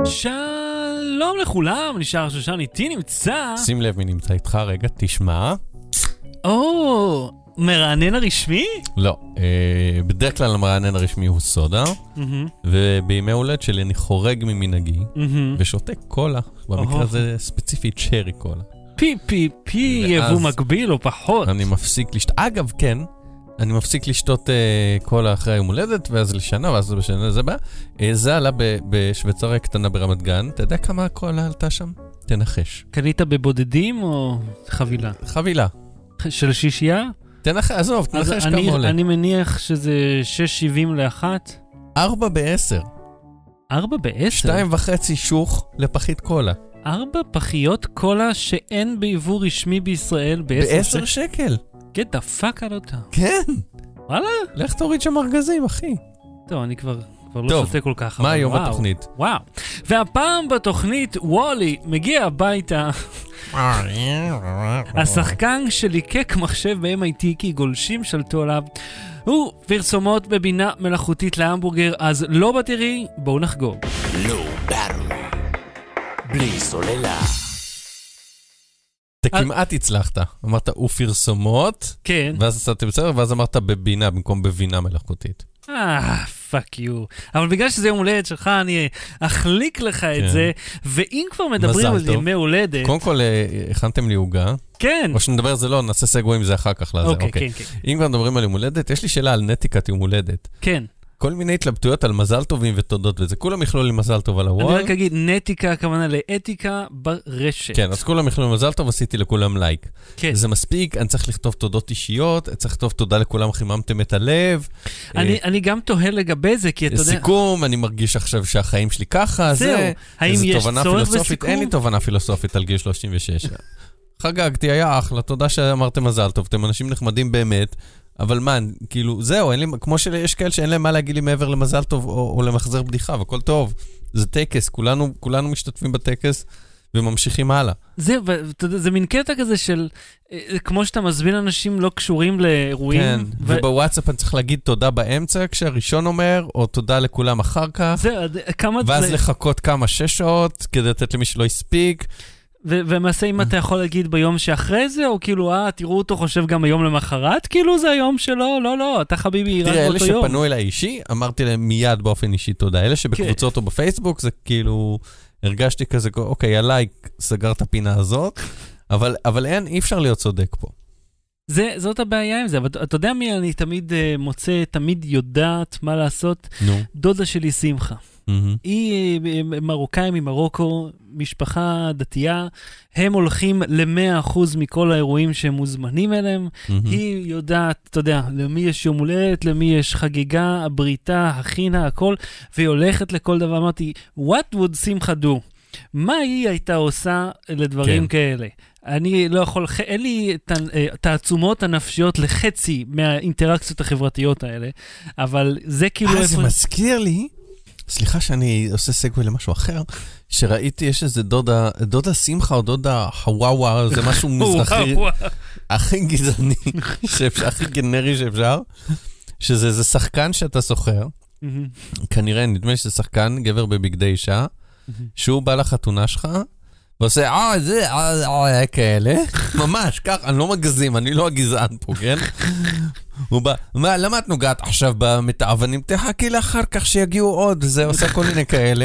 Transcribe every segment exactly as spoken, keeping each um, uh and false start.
שלום לכולם, נשאר שושן איתי נמצא. שים לב מי נמצא איתך, רגע, תשמע. או, מרענן הרשמי? לא, אה, בדרך כלל המרענן הרשמי הוא סודה, ובימי הולד שלי אני חורג ממנהגי, ושותה קולה, במקרה הזה ספציפית שרי קולה. פי פי פי, יבוא מקביל או פחות. אני מפסיק לשתות, אגב כן, אני מפסיק לשתות אה, קולה אחרי היום הולדת, ואז לשנה, ואז בשנה זה בא. אה, זה עלה ב- בשוויצריה קטנה ברמת גן. אתה יודע כמה הקולה עלתה שם? תנחש. קנית בבודדים או חבילה? חבילה. של שישייה? תנחש, עזוב, תנחש כמה עולה. אני מניח שזה שש שבעים לאחת. ארבע בעשר. ארבע בעשר? שתיים וחצי שוך לפחית קולה. ארבע פחיות קולה שאין ביבוא רשמי בישראל בעשר, בעשר שקל. get the fuck out אותה. כן. וואלה? לך תוריד שם ארגזים, אחי. טוב, אני כבר, כבר לא טוב, שותה כל כך. מה היום וואו, בתוכנית? וואו. והפעם בתוכנית, וולי מגיע הביתה. השחקן שליקק מחשב ב-אם איי טי כי גולשים שלטו עליו. הוא פרסומות בבינה מלאכותית להמבורגר, אז לא בטרי, בואו נחגוג. לא ברור. בלי סוללה. אתה כמעט הצלחת. אמרת, הוא פרסומות, כן. ואז עשת בסדר, ואז אמרת בבינה, במקום בבינה מלאכותית. אה, פאק יו. אבל בגלל שזה יום הולדת שלך, אני אחליק לך את זה, ואם כבר מדברים על ימי הולדת... קודם כל, הכנתם לי עוגה. כן. או שנדבר על זה לא, נעשה סגווי עם זה אחר כך לזה. אוקיי, כן, כן. אם כבר מדברים על יום הולדת, יש לי שאלה על נטיקת יום הולדת. כן. כל מיני התלבטויות על מזל טובים ותודות, וזה כולם יכלו לי מזל טוב על הוואל. אני רק אגיד, נטיקה, הכוונה לאתיקה ברשת. כן, אז כולם יכלו לי מזל טוב, עשיתי לכולם לייק. כן. זה מספיק, אני צריך לכתוב תודות אישיות, צריך לכתוב תודה לכולם, חיממתם את הלב. אני, אני גם תוהה לגבי זה, כי אתה יודע... סיכום, אני מרגיש עכשיו שהחיים שלי ככה, זהו. זה... האם יש צורך בסיכום? אין לי תובנה פילוסופית על גיל שלושים ושש. חגגתי, היה אחלה, תודה שאמרתם מזל טוב, אתם אנשים נחמדים באמת. אבל מה, כאילו, זהו, אין לי, כמו שיש כאלה שאין להם מה להגיד לי מעבר למזל טוב או, או למחזר בדיחה, וכל טוב. זה טקס, כולנו, כולנו משתתפים בטקס וממשיכים הלאה. זה, זה מין קטע כזה של, כמו שאתה מזמין אנשים לא קשורים לאירועים. כן, ו... ובוואטסאפ אני צריך להגיד תודה באמצע, כשהראשון אומר, או תודה לכולם אחר כך. זה, כמה... ואז זה... לחכות כמה שש שעות, כדי לתת למי שלא יספיק. ומעשה אם אתה יכול להגיד ביום שאחרי זה, או כאילו, אה, תראו אותו חושב גם היום למחרת, כאילו זה היום שלו, לא, לא, אתה חביבי, רק באותו יום. תראה, אלה שפנו אליי אישי, אמרתי להם מיד באופן אישי תודה. אלה שבקבוצות או בפייסבוק, זה כאילו, הרגשתי כזה, אוקיי, עליי סגר את הפינה הזאת, אבל, אבל אין, אי אפשר להיות צודק פה. זה, זאת הבעיה עם זה, אבל אתה יודע מי אני תמיד מוצא, תמיד יודעת מה לעשות? נו. דודה שלי שמחה. Mm-hmm. היא מרוקאי ממרוקו, משפחה דתייה, הם הולכים ל-מאה אחוז מכל האירועים שהם מוזמנים אליהם, mm-hmm. היא יודעת, אתה יודע, למי יש יום הולדת, למי יש חגיגה, הבריתה, החינה, הכל, והיא הולכת לכל דבר, אמרתי, what would שמחה do? מה היא הייתה עושה לדברים כן. כאלה? אני לא יכול, אין לי את העצומות הנפשיות לחצי מהאינטראקציות החברתיות האלה, אבל זה כאילו... אה, זה מזכיר לי... סליחה שאני עושה סגווי למשהו אחר, שראיתי יש איזה דודה, דודה שמחה או דודה חוואווה, זה משהו מזרחי, הכי גזעני, שאפשר, הכי גנרי שאפשר, שזה איזה שחקן שאתה סוחר, כנראה, נדמה לי שזה שחקן, גבר בבגדי אישה, שהוא בא לחתונה שלך, ועושה, אה, זה, אה, אה, כאלה, ממש, כך, אני לא מגזים, אני לא הגזען פה, כן? הוא בא, מה, למה את נוגעת עכשיו במתאבנים? תחכי לאחר כך שיגיעו עוד, זה עושה כל מיני כאלה.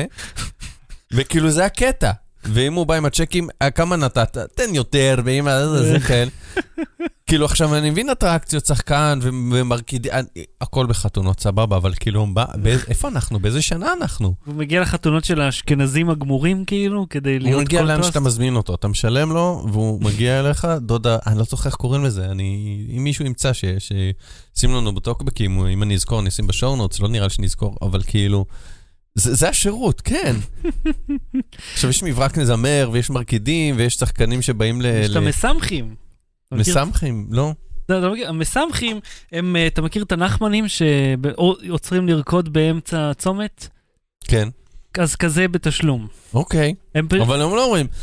וכאילו זה הקטע. ואם הוא בא עם הצ'קים, כמה נתת? תן יותר, ואם זה כאלה. כאילו עכשיו אני מבין אטרקציות, שחקן ומרקידי, הכל בחתונות, סבבה, אבל כאילו, איפה אנחנו? באיזה שנה אנחנו? הוא מגיע לחתונות של האשכנזים הגמורים כאילו, כדי להיות... הוא מגיע לאן שאתה מזמין אותו, אתה משלם לו, והוא מגיע אליך, דודה, אני לא זוכר איך קוראים לזה, אני, אם מישהו ימצא ששים לנו בטוקבקים, אם אני אזכור, נשים בשורנוטס, לא נראה לי שנזכור, אבל כאילו, זה, זה השירות, כן. עכשיו יש מברק נזמר, ויש מרקידים, ויש שחקנים שבאים ל... יש את המסמכים. מסמכים, לא? המסמכים, הם, אתה מכיר את הנחמנים שיוצרים לרקוד באמצע צומת? כן. אז כזה בתשלום. אוקיי. אבל הם לא אומרים,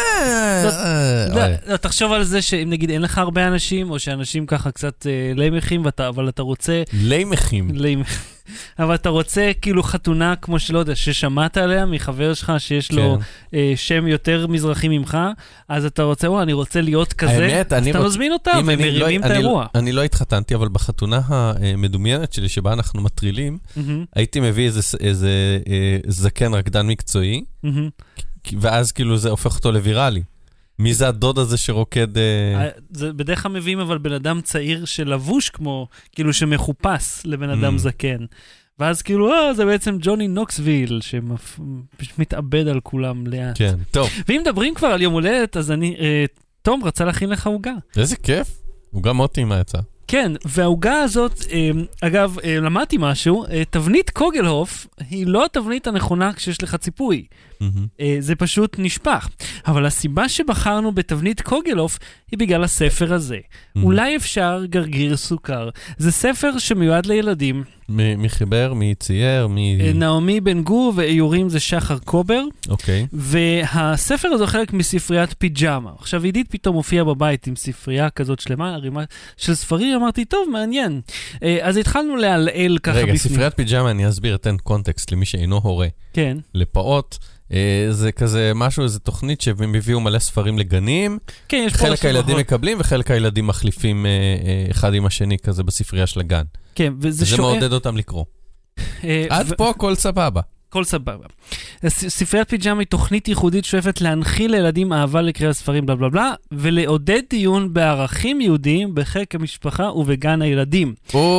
תחשוב על זה שאם נגיד אין לך הרבה אנשים, או שאנשים ככה קצת לימחים, אבל אתה רוצה... לימחים. אבל אתה רוצה כאילו חתונה כמו שלא יודע, ששמעת עליה מחבר שלך שיש לו כן. אה, שם יותר מזרחי ממך, אז אתה רוצה, וואו, אני רוצה להיות כזה, האמת, אז אתה רוצ... מזמין אותה ומרימים לא, את האירוע. אני, אני לא התחתנתי, אבל בחתונה המדומיינת שלי, שבה אנחנו מטרילים, mm-hmm. הייתי מביא איזה, איזה אה, זקן רקדן מקצועי, mm-hmm. ואז כאילו זה הופך אותו לוויראלי. מי זה הדוד הזה שרוקד... זה בדרך כלל מביאים אבל בן אדם צעיר שלבוש כמו, כאילו שמחופש לבן אדם זקן. ואז כאילו, אה, זה בעצם ג'וני נוקסוויל, שמתאבד על כולם לאט. כן, טוב. ואם מדברים כבר על יום הולדת, אז אני, תום רצה להכין לך עוגה. איזה כיף. עוגה מאוד טעימה יצא. כן, והעוגה הזאת, אגב, למדתי משהו, תבנית קוגלהוף היא לא התבנית הנכונה כשיש לך ציפוי. זה פשוט נשפח. אבל הסיבה שבחרנו בתבנית קוגלהוף היא בגלל הספר הזה. אולי אפשר גרגיר סוכר. זה ספר שמיועד לילדים. מי חיבר? מי צייר? נעמי בן גור ואיורים זה שחר קובר. אוקיי. והספר הזה חלק מספריית פיג'מה. עכשיו, עידית פתאום הופיע בבית עם ספרייה כזאת שלמה, הרימה של ספרים, אמרתי, טוב, מעניין. אז התחלנו להלעל ככה בפנים. רגע, ספריית פיג'מה, אני אסביר, אתן קונטקסט למי שאינו הורה. כן. לפעות. זה כזה משהו, איזו תוכנית שהם הביאו מלא ספרים לגנים, כן, יש חלק הילדים מקבלים וחלק הילדים מחליפים אחד עם השני כזה בספרייה של הגן. כן, וזה שואל... מעודד אותם לקרוא. עד פה הכל סבבה. הכל סבבה. ספריית פיג'מה היא תוכנית ייחודית שואפת להנחיל לילדים אהבה לקריאת ספרים בלה בלה בלה, ולעודד דיון בערכים יהודיים בחיק המשפחה ובגן הילדים.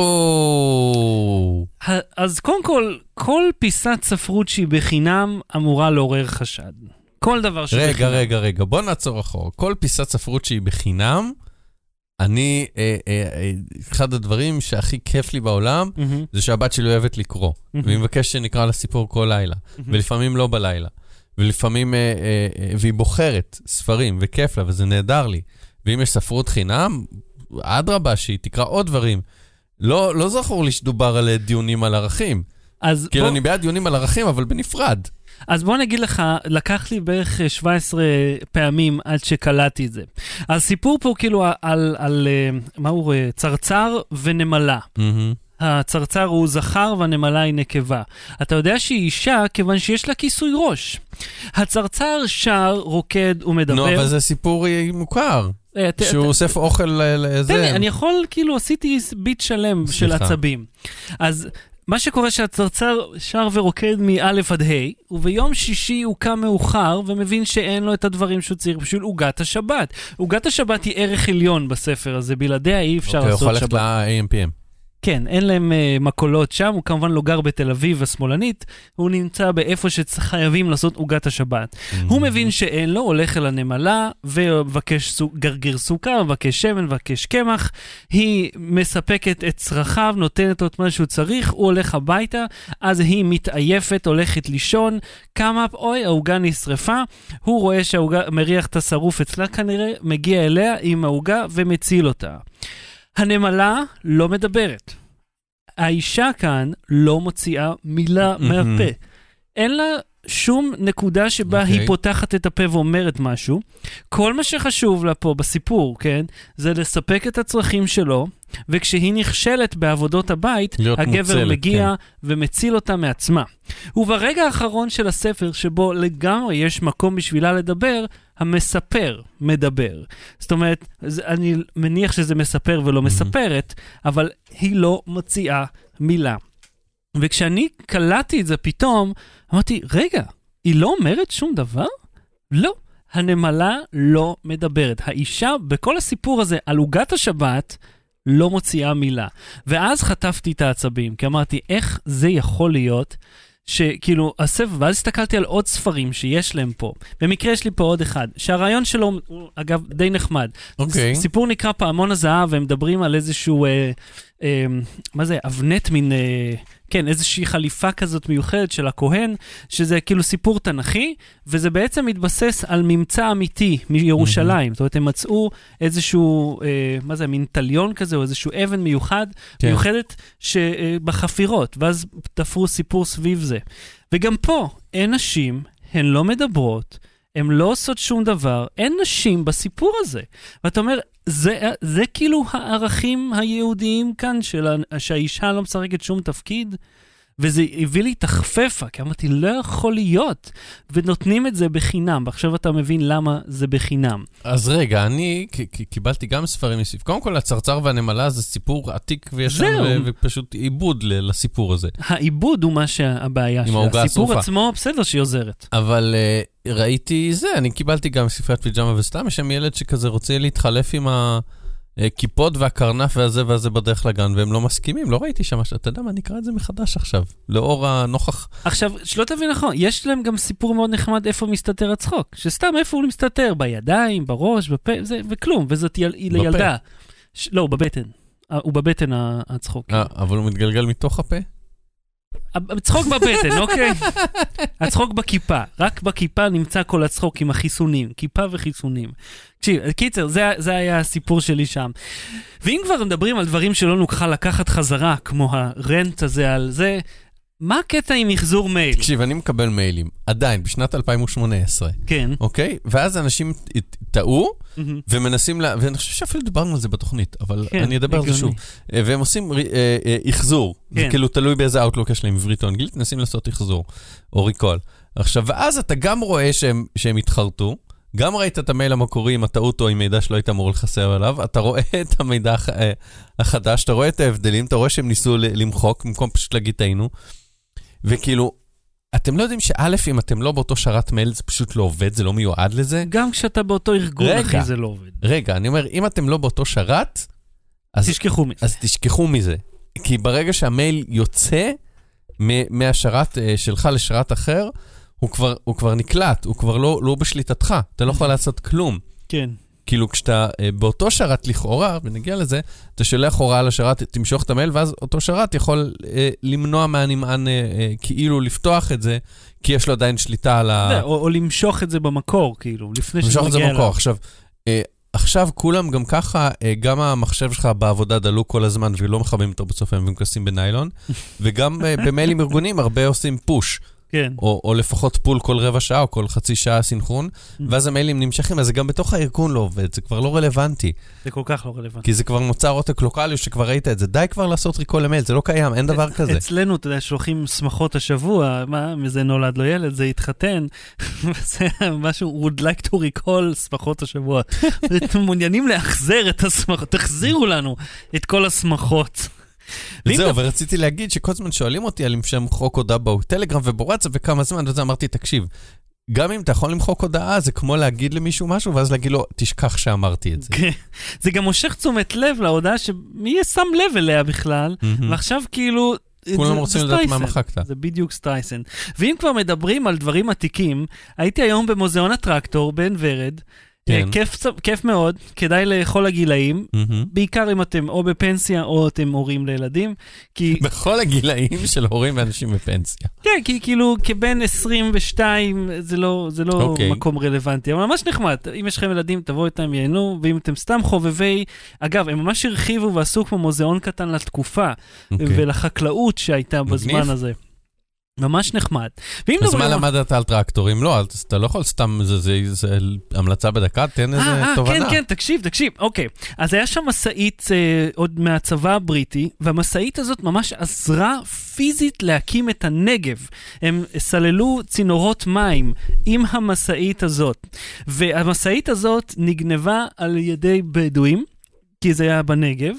או... אז קודם כל, כל פיסת ספרות שהיא בחינם אמורה לעורר חשד. כל דבר שבחינם. רגע, רגע, רגע, בוא נעצור אחור. כל פיסת ספרות שהיא בחינם, אני, אה, אה, אחד הדברים שהכי כיף לי בעולם, mm-hmm. זה שהבת שלי אוהבת לקרוא, mm-hmm. והיא מבקש שנקרא לה סיפור כל לילה, mm-hmm. ולפעמים לא בלילה, ולפעמים, אה, אה, אה, והיא בוחרת ספרים, וכיף לה, וזה נהדר לי. ואם יש ספרות חינם, עד רבה שהיא תקרא עוד דברים. לא, לא זכור לי שדובר על דיונים על ערכים. אז כאילו בוא... אני בעד דיונים על ערכים, אבל בנפרד. אז בוא נגיד לך, לקח לי בערך שבע עשרה פעמים עד שקלטתי את זה. הסיפור פה כאילו על, על, על מה הוא, צרצר ונמלה. Mm-hmm. הצרצר הוא זכר והנמלה היא נקבה. אתה יודע שהיא אישה כיוון שיש לה כיסוי ראש. הצרצר שר, רוקד ומדבר. נו, אבל זה סיפור מוכר. שהוא אוסף אוכל לזה. תן לי, אני יכול, כאילו, עשיתי ביט שלם של עצבים. אז... מה שקורה שהצרצר שר ורוקד מאלף עד ה', וביום שישי הוא קם מאוחר ומבין שאין לו את הדברים שהוא צריך בשביל עוגת השבת. עוגת השבת היא ערך עליון בספר הזה, בלעדיה אי אפשר לעשות שבת. הוא יכול ללכת ל-איי אם פי אם. כן, אין להם uh, מקולות שם, הוא כמובן לא גר בתל אביב השמאלנית, הוא נמצא באיפה שחייבים לעשות עוגת השבת. Mm-hmm. הוא מבין שאין לו, הולך אל הנמלה, ובקש סו, גרגיר סוכר, מבקש שמן, מבקש קמח, היא מספקת את צרכיו, נותנת לו את מה שהוא צריך, הוא הולך הביתה, אז היא מתעייפת, הולכת לישון, כמה, אוי, העוגה נשרפה, הוא רואה שהעוגה מריח את השרוף אצלה כנראה, מגיע אליה עם העוגה ומציל אותה. הנמלה לא מדברת. האישה כאן לא מוציאה מילה mm-hmm. מהפה. אין לה שום נקודה שבה okay. היא פותחת את הפה ואומרת משהו. כל מה שחשוב לה פה בסיפור, כן, זה לספק את הצרכים שלו, וכשהיא נכשלת בעבודות הבית, הגבר מוצלת, מגיע כן. ומציל אותה מעצמה. וברגע האחרון של הספר, שבו לגמרי יש מקום בשבילה לדבר, המספר מדבר. זאת אומרת, אני מניח שזה מספר ולא mm-hmm. מספרת, אבל היא לא מוציאה מילה. וכשאני קלטתי את זה פתאום, אמרתי, רגע, היא לא אומרת שום דבר? לא. הנמלה לא מדברת. האישה, בכל הסיפור הזה על עוגת השבת, לא מוציאה מילה. ואז חטפתי את העצבים, כי אמרתי, איך זה יכול להיות שכאילו, הספר, ואז הסתכלתי על עוד ספרים שיש להם פה. במקרה יש לי פה עוד אחד, שהרעיון שלו, הוא, אגב, די נחמד. אוקיי. סיפור נקרא פעמון הזהב, והם מדברים על איזשהו, אה, אה, מה זה, אבנת מין, אה, כן, איזושהי חליפה כזאת מיוחדת של הכהן, שזה כאילו סיפור תנכי, וזה בעצם מתבסס על ממצא אמיתי מירושלים. Mm-hmm. זאת אומרת, הם מצאו איזשהו, אה, מה זה, מין טליון כזה, או איזשהו אבן מיוחד, כן. מיוחדת שבחפירות, ואז תפרו סיפור סביב זה. וגם פה, אין נשים, הן לא מדברות, הן לא עושות שום דבר, אין נשים בסיפור הזה. ואתה אומר, זה, זה כאילו הערכים היהודיים כאן, של, שהאישה לא משחקת שום תפקיד, וזה הביא לי תחפפה, כי אמרתי, לא יכול להיות, ונותנים את זה בחינם, ועכשיו אתה מבין למה זה בחינם. אז רגע, אני קיבלתי גם ספרים מסביב. קודם כל, הצרצר והנמלה זה סיפור עתיק וישן, ופשוט עיבוד לסיפור הזה. העיבוד הוא מה שהבעיה שלה. הסיפור עצמו, בסדר שהיא עוזרת. אבל ראיתי זה, אני קיבלתי גם ספריית פיג'מה וסתם, יש שם ילד שכזה רוצה להתחלף עם ה... כיפות והקרנף והזה והזה בדרך לגן, והם לא מסכימים, לא ראיתי שם, אתה יודע מה, נקרא את זה מחדש עכשיו, לאור הנוכח. עכשיו, שלא תבין נכון, יש להם גם סיפור מאוד נחמד איפה מסתתר הצחוק, שסתם איפה הוא מסתתר, בידיים, בראש, בפה, זה, וכלום, וזאת יל, לילדה. ש, לא, בבטן, הוא בבטן הצחוק. אה, אבל הוא מתגלגל מתוך הפה? הצחוק בבטן, אוקיי? הצחוק בכיפה, רק בכיפה נמצא כל הצחוק עם החיסונים, כיפה וחיסונים. תקשיב, קיצר, זה, זה היה הסיפור שלי שם. ואם כבר מדברים על דברים שלא נוכל לקחת חזרה, כמו הרנט הזה על זה, מה הקטע עם מחזור מייל? תקשיב, אני מקבל מיילים, עדיין, בשנת אלפיים שמונה עשרה. כן. אוקיי? ואז אנשים טעו, ומנסים לה... ואני חושב שאפילו דיברנו על זה בתוכנית, אבל אני אדבר על זה שוב. והם עושים יחזור. זה כאילו תלוי באיזה אאוטלוק יש להם עברית או אנגלית, מנסים לעשות יחזור, או ריקול. עכשיו, ואז אתה גם רואה שהם התחרטו, גם ראית את המייל המקורי עם הטעות או עם מידע שלא היית אמור לחסר עליו, אתה רואה את המידע החדש, אתה רואה את ההבדלים, אתה רואה שהם ניסו למחוק, במקום פשוט להגיד טעינו, וכאילו, אתם לא יודעים שא' אם אתם לא באותו שרת מייל, זה פשוט לא עובד, זה לא מיועד לזה. גם כשאתה באותו ארגון, אחי, זה לא עובד. רגע, אני אומר, אם אתם לא באותו שרת, אז תשכחו מזה. אז תשכחו מזה. כי ברגע שהמייל יוצא מהשרת שלך לשרת אחר, הוא כבר, הוא כבר נקלט, הוא כבר לא, לא בשליטתך, אתה לא יכול לעשות כלום. כן. כאילו כשאתה באותו שרת לכאורה, ונגיע לזה, אתה שולח הוראה לשרת, תמשוך את המייל, ואז אותו שרת יכול אה, למנוע מהנמען אה, אה, כאילו לפתוח את זה, כי יש לו עדיין שליטה על ה... או, או למשוך את זה במקור, כאילו, לפני למשוך את זה במקור. עכשיו, אה, עכשיו כולם גם ככה, אה, גם המחשב שלך בעבודה דלו כל הזמן, ולא מכבים אותו בסוף הם ומכסים בניילון, וגם אה, במיילים ארגונים הרבה עושים פוש. כן. או, או לפחות פול כל רבע שעה, או כל חצי שעה סינכרון, ואז המיילים נמשכים, אז זה גם בתוך הארגון לא עובד, זה כבר לא רלוונטי. זה כל כך לא רלוונטי. כי זה כבר נוצר עותק לוקלי, שכבר ראית את זה. די כבר לעשות ריקול למייל, זה לא קיים, אין דבר כזה. אצלנו, אתה יודע, שולחים שמחות השבוע, מה, מזה נולד לו ילד, זה התחתן, וזה משהו, would like to recall שמחות השבוע. אתם מעוניינים להחזר את השמחות, תחזירו לנו את כל השמחות. זהו, ורציתי להגיד שכל זמן שואלים אותי על אם שמחוק הודעה בטלגרם ובוואטסאפ וכמה זמן, ואז אמרתי, תקשיב, גם אם אתה יכול למחוק הודעה, זה כמו להגיד למישהו משהו, ואז להגיד לו, תשכח שאמרתי את זה. זה גם מושך תשומת לב להודעה שמי יהיה שם לב אליה בכלל, ועכשיו כאילו... כולם רוצים לדעת מה מחקת. זה בדיוק סטרייסן. ואם כבר מדברים על דברים עתיקים, הייתי היום במוזיאון הטרקטור, בן ורד, כן. כיף, כיף מאוד, כדאי לכל הגילאים, mm-hmm. בעיקר אם אתם או בפנסיה או אתם הורים לילדים, כי... בכל הגילאים של הורים ואנשים בפנסיה. כן, כי כאילו כבן עשרים ושתיים זה לא, זה לא okay. מקום רלוונטי, אבל ממש נחמד, אם יש לכם ילדים תבואו איתם ייהנו, ואם אתם סתם חובבי, אגב, הם ממש הרחיבו ועשו כמו מוזיאון קטן לתקופה, okay. ולחקלאות שהייתה בזמן מגניב. הזה. ממש נחמד. אז מה למדת על טרקטורים? לא, אתה לא יכול סתם, זה המלצה בדקה, תן איזה תובנה. כן, כן, תקשיב, תקשיב. אוקיי, אז היה שם מסעית עוד מהצבא הבריטי, והמסעית הזאת ממש עזרה פיזית להקים את הנגב. הם סללו צינורות מים עם המסעית הזאת. והמסעית הזאת נגנבה על ידי בדואים, כי זה היה בנגב,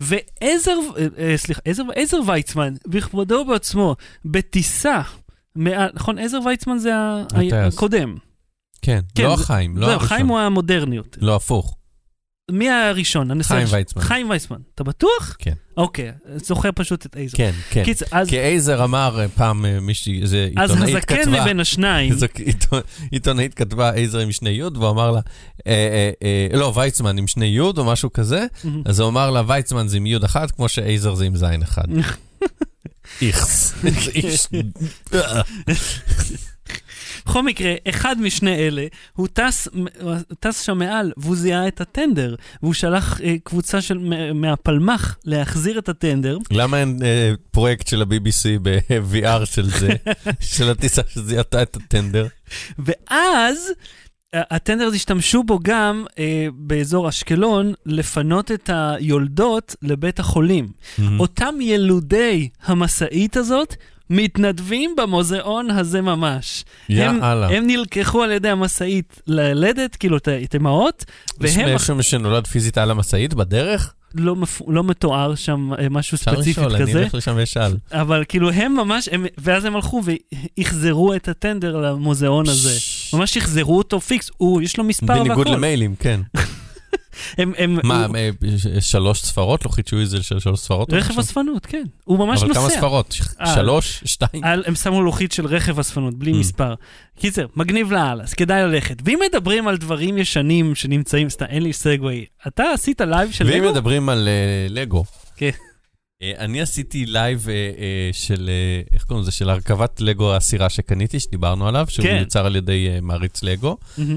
ועזר, אה, סליחה, עזר, עזר ויצמן, בכבודו בעצמו, בטיסה, מעל, נכון, עזר ויצמן זה הקודם. כן, כן, לא החיים, לא הראשון. חיים הוא המודרניות. לא, הפוך. מי הראשון? חיים ויצמן. חיים ויצמן. אתה בטוח? כן. אוקיי, זוכר פשוט את עזר. כן, כן. קיצר, אז... כי עזר אמר פעם מישהי, איזה עיתונאית כתבה... אז הזקן מבין השניים. עיתונאית כתבה עזר עם שני יוד, והוא אמר לה, אה, אה, אה, לא, ויצמן עם שני יוד או משהו כזה, אז הוא אמר לה, ויצמן זה עם יוד אחת, כמו שעזר זה עם זין אחד. איכס. בכל מקרה, אחד משני אלה, הוא טס, טס שם מעל, והוא זיהה את הטנדר, והוא שלח אה, קבוצה של, מהפלמח להחזיר את הטנדר. למה אין אה, פרויקט של ה-בי בי סי ב-וי אר של זה, של הטיסה שזיהתה את הטנדר? ואז... הטנדר הזה השתמשו בו גם אה, באזור אשקלון לפנות את היולדות לבית החולים. Mm-hmm. אותם ילודי המסעית הזאת מתנדבים במוזיאון הזה ממש. הם, הם נלקחו על ידי המסעית ללדת, כאילו את אמהות. יש מישהו שנולד פיזית על המסעית בדרך? לא, לא מתואר שם משהו ספציפית לשאול, כזה. אני אלך לשם ושאל. אבל כאילו הם ממש, הם, ואז הם הלכו והחזרו את הטנדר למוזיאון הזה. ממש החזרו אותו פיקס, הוא, יש לו מספר והכל. בניגוד למיילים, כן. הם, הם, מה, הוא... שלוש ספרות? לא חידשו איזה של שלוש ספרות? רכב אספנות, כן. הוא ממש אבל נוסע. כמה ספרות? שלוש? שתיים? הם שמו לוחית של רכב אספנות, בלי מספר. קיצר, מגניב לעל, אז כדאי ללכת. ואם מדברים על דברים ישנים שנמצאים, סתם, אין לי סגווי, אתה עשית לייב של לגו? ואם מדברים על לגו. כן. אני עשיתי לייב של, איך קוראים לזה, של הרכבת לגו הסירה שקניתי, שדיברנו עליו, שהוא יוצר על ידי מעריץ לגו.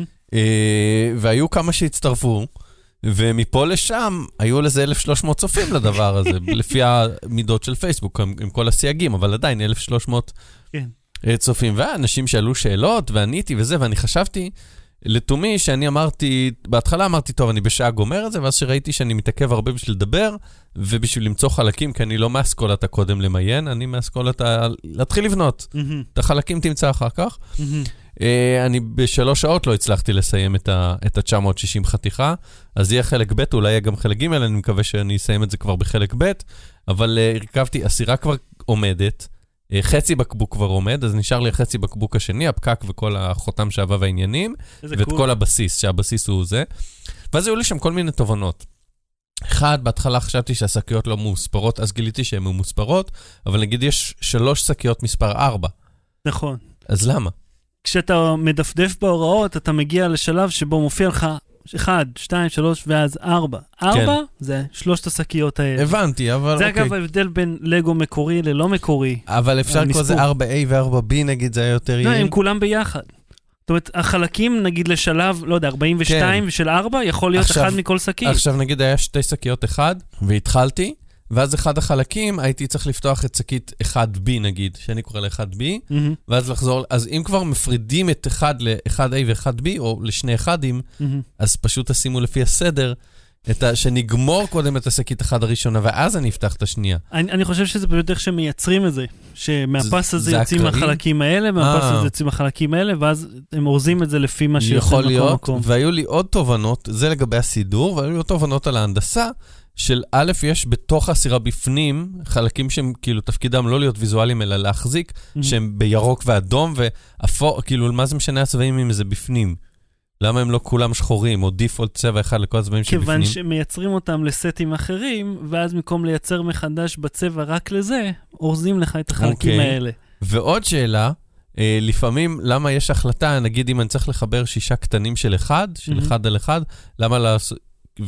והיו כמה שהצטרפו, ומפה לשם היו לזה אלף ושלוש מאות צופים לדבר הזה, לפי המידות של פייסבוק, עם כל הסייגים, אבל עדיין אלף ושלוש מאות צופים. ואנשים שאלו שאלות, ועניתי וזה, ואני חשבתי, לתומי שאני אמרתי, בהתחלה אמרתי, טוב, אני בשעה גומר את זה, ואז שראיתי שאני מתעכב הרבה בשביל לדבר, ובשביל למצוא חלקים, כי אני לא מאסכולת הקודם למיין, אני מאסכולת להתחיל לבנות. את החלקים תמצא אחר כך. אני בשלוש שעות לא הצלחתי לסיים את ה-תשע מאות שישים חתיכה, אז יהיה חלק ב', אולי יהיה גם חלק ג', אני מקווה שאני אסיים את זה כבר בחלק ב', אבל הרכבתי, הסירה כבר עומדת, חצי בקבוק כבר עומד, אז נשאר לי חצי בקבוק השני, הפקק וכל החותם שעבה והעניינים, ואת כל הבסיס, שהבסיס הוא זה. ואז היו לי שם כל מיני תובנות. אחד, בהתחלה חשבתי שהשקיות לא מוספרות, אז גיליתי שהן מוספרות, אבל נגיד יש שלוש שקיות מספר ארבע. נכון. אז למה? כשאתה מדפדף בהוראות, אתה מגיע לשלב שבו מופיע לך אחד, שתיים, שלוש, ואז ארבע. ארבע זה שלושת השקיות האלה. הבנתי, אבל זה אגב ההבדל בין לגו מקורי ללא מקורי. אבל אפשר לקרוא זה ארבע איי ו-ארבע בי, נגיד, זה היה יותר יעיל. לא, הם כולם ביחד. זאת אומרת, החלקים, נגיד לשלב, לא יודע, ארבעים ושתיים ושל ארבע, יכול להיות אחד מכל שקית. עכשיו, נגיד, היה שתי שקיות אחד, והתחלתי, ואז אחד החלקים, הייתי צריך לפתוח את שקית אחד בי, נגיד, שאני קורא ל-אחד בי, ואז לחזור, אז אם כבר מפרידים את אחד ל-אחד איי ו-אחד בי, או לשני אחדים, אז פשוט תשימו לפי הסדר, שנגמור קודם את השקית אחד הראשונה, ואז אני אפתח את השנייה. אני חושב שזה פשוט איך שמייצרים את זה, שמהפס הזה יוצאים החלקים האלה, מהפס הזה יוצאים החלקים האלה, ואז הם אורזים את זה לפי מה שיוצא מקום מקום. והיו לי עוד תובנות, זה לגבי הסידור, והיו לי עוד תובנות על ההנדסה, של א', יש בתוך הסירה בפנים, חלקים שהם כאילו תפקידם לא להיות ויזואליים, אלא להחזיק, שהם בירוק ואדום, ואפור, כאילו, מה זה משנה הצבעים אם זה בפנים? למה הם לא כולם שחורים, או דיפולט צבע אחד לכל הצבעים שבפנים? כיוון שמייצרים אותם לסטים אחרים, ואז במקום לייצר מחדש בצבע רק לזה, אורזים לך את החלקים האלה. ועוד שאלה, לפעמים, למה יש החלטה, נגיד אם אני צריך לחבר שישה קטנים של אחד, של אחד על אחד, למה לעשות,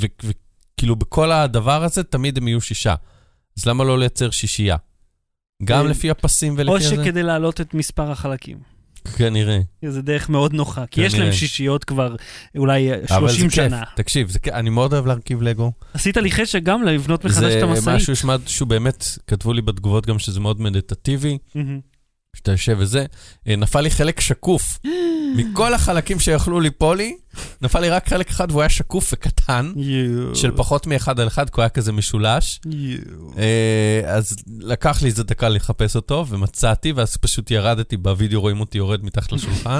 כאילו בכל הדבר הזה תמיד הם יהיו שישה. אז למה לא לייצר שישייה? גם לפי הפסים ולפי או הזה? או שכדי להעלות את מספר החלקים. כנראה. זה דרך מאוד נוחה, כי יש להם שישיות כבר אולי שלושים שנה. תקשיב, אני מאוד אוהב להרכיב לגו. עשית לי חשק גם לבנות מחדש את המסעית. זה משהו שהוא באמת, כתבו לי בתגובות גם שזה מאוד מדיטטיבי. שאתה יושב וזה, נפל לי חלק שקוף. מכל החלקים שיכלו ליפול לי, נפל לי רק חלק אחד, והוא היה שקוף וקטן, של פחות מאחד על אחד, כי הוא היה כזה משולש. אז לקח לי איזה דקה לחפש אותו, ומצאתי, ואז פשוט ירדתי בווידאו, רואים אותי יורד מתחת לשולחן.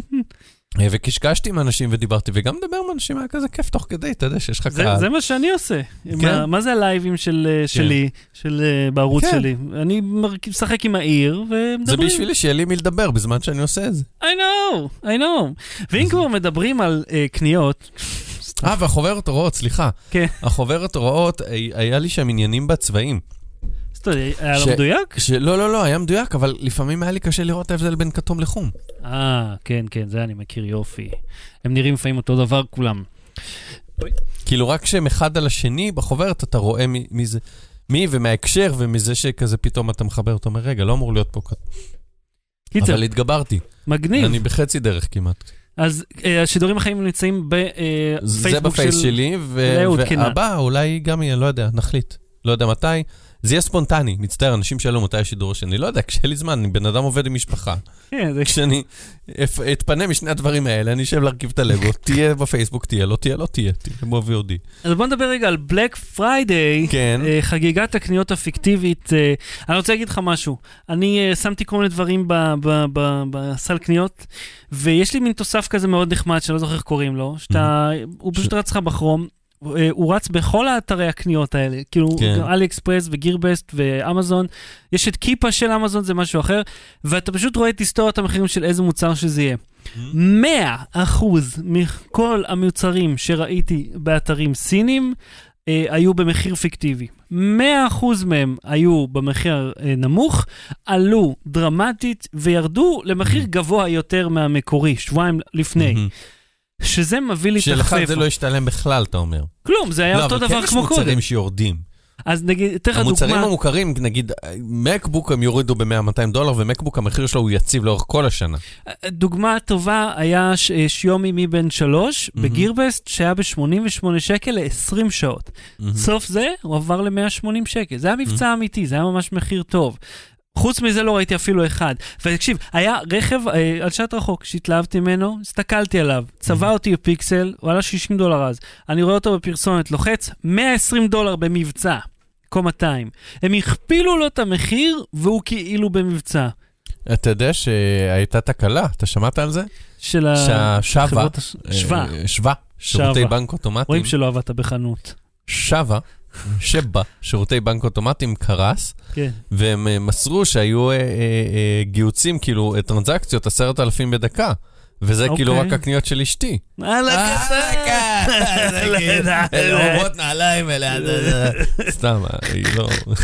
וקשקשתי עם אנשים ודיברתי, וגם מדבר עם אנשים, היה כזה כיף תוך כדי, אתה יודע שיש לך קהל. זה מה שאני עושה. מה זה הלייבים שלי, בערוץ שלי? אני משחק עם העיר, ומדברים. זה בשבילי שיהיה לי מי לדבר בזמן שאני עושה את זה. I know, I know. ואם כבר מדברים על קניות... אה, והחוברת הוראות, סליחה. כן. החוברת הוראות, היה לי שם עניינים בצבעים. היה לא מדויק? לא, לא, לא, היה מדויק, אבל לפעמים היה לי קשה לראות את ההבדל בין כתום לחום. אה, כן, כן, זה אני מכיר יופי. הם נראים לפעמים אותו דבר כולם. כאילו רק שהם אחד על השני בחוברת, אתה רואה מי זה, מי ומההקשר, ומזה שכזה פתאום אתה מחבר, אתה אומר, רגע, לא אמור להיות פה כתום. אבל התגברתי. מגניב. אני בחצי דרך כמעט. אז השידורים החיים נמצאים בפייסבוק של... זה בפייס שלי, והבא אולי גם יהיה, לא יודע, נחליט. לא יודע מתי. זה יהיה ספונטני, מצטער, אנשים שאלו מתי השידור השני. לא יודע, כשהיה לי זמן, אני בן אדם עובד עם משפחה. כשאני אתפנה משני הדברים האלה, אני אשב להרכיב את הלגו, תהיה בפייסבוק, תהיה, לא תהיה, לא תהיה, תהיה ב-וי או די. אז בוא נדבר רגע על בלק פריידיי, חגיגת הקניות הפיקטיבית. אני רוצה להגיד לך משהו. אני שמתי כל מיני דברים בסל קניות, ויש לי מין תוסף כזה מאוד נחמד, שאני לא זוכר איך קוראים לו, הוא פשוט רץ לך בחרום, הוא רץ בכל האתרי הקניות האלה, כאילו אלי אקספרס וגירבסט ואמזון, יש את קיפה של אמזון, זה משהו אחר, ואתה פשוט רואה את היסטוריית המחירים של איזה מוצר שזה יהיה. מאה אחוז מכל המוצרים שראיתי באתרים סינים, היו במחיר פיקטיבי. מאה אחוז מהם היו במחיר נמוך, עלו דרמטית וירדו למחיר גבוה יותר מהמקורי, שבועיים לפני. שזה מביא לי תחפף. שלך זה לא ישתלם בכלל, אתה אומר. כלום, זה היה לא, אותו דבר כמו קודם. לא, אבל כן יש מוצרים שיורדים. אז נגיד, תראה דוגמה... המוצרים המוכרים, נגיד, מקבוק הם יורידו ב-מאה מאתיים דולר, ומקבוק המחיר שלו הוא יציב לאורך כל השנה. דוגמה טובה היה ש- שיומי מי בן שלוש, mm-hmm. בגירבסט, שהיה ב-שמונים ושמונה שקל ל-עשרים שעות. Mm-hmm. סוף זה, הוא עבר ל-מאה ושמונים שקל. זה היה מבצע mm-hmm. אמיתי, זה היה ממש מחיר טוב. חוץ מזה לא ראיתי אפילו אחד. ותקשיב, היה רכב אה, על שעת רחוק, שהתלהבתי ממנו, הסתכלתי עליו, צבע mm-hmm. אותי בפיקסל, הוא עלה שישים דולר אז. אני רואה אותו בפרסונת, לוחץ, מאה ועשרים דולר במבצע, כה מאתיים. הם הכפילו לו את המחיר, והוא כאילו במבצע. אתה יודע שהייתה תקלה, אתה שמעת על זה? של השווה, שווה, שווה, שירותי בנק אוטומטיים. רואים שלא עבדת בחנות. שווה. שבה, שירותי בנק אוטומטיים קרס, והם מסרו שהיו גיוצים, כאילו, טרנזקציות, עשרת אלפים בדקה, וזה כאילו רק הקניות של אשתי. אללה קטן! אורות נעליים אליה. סתם, היא לא...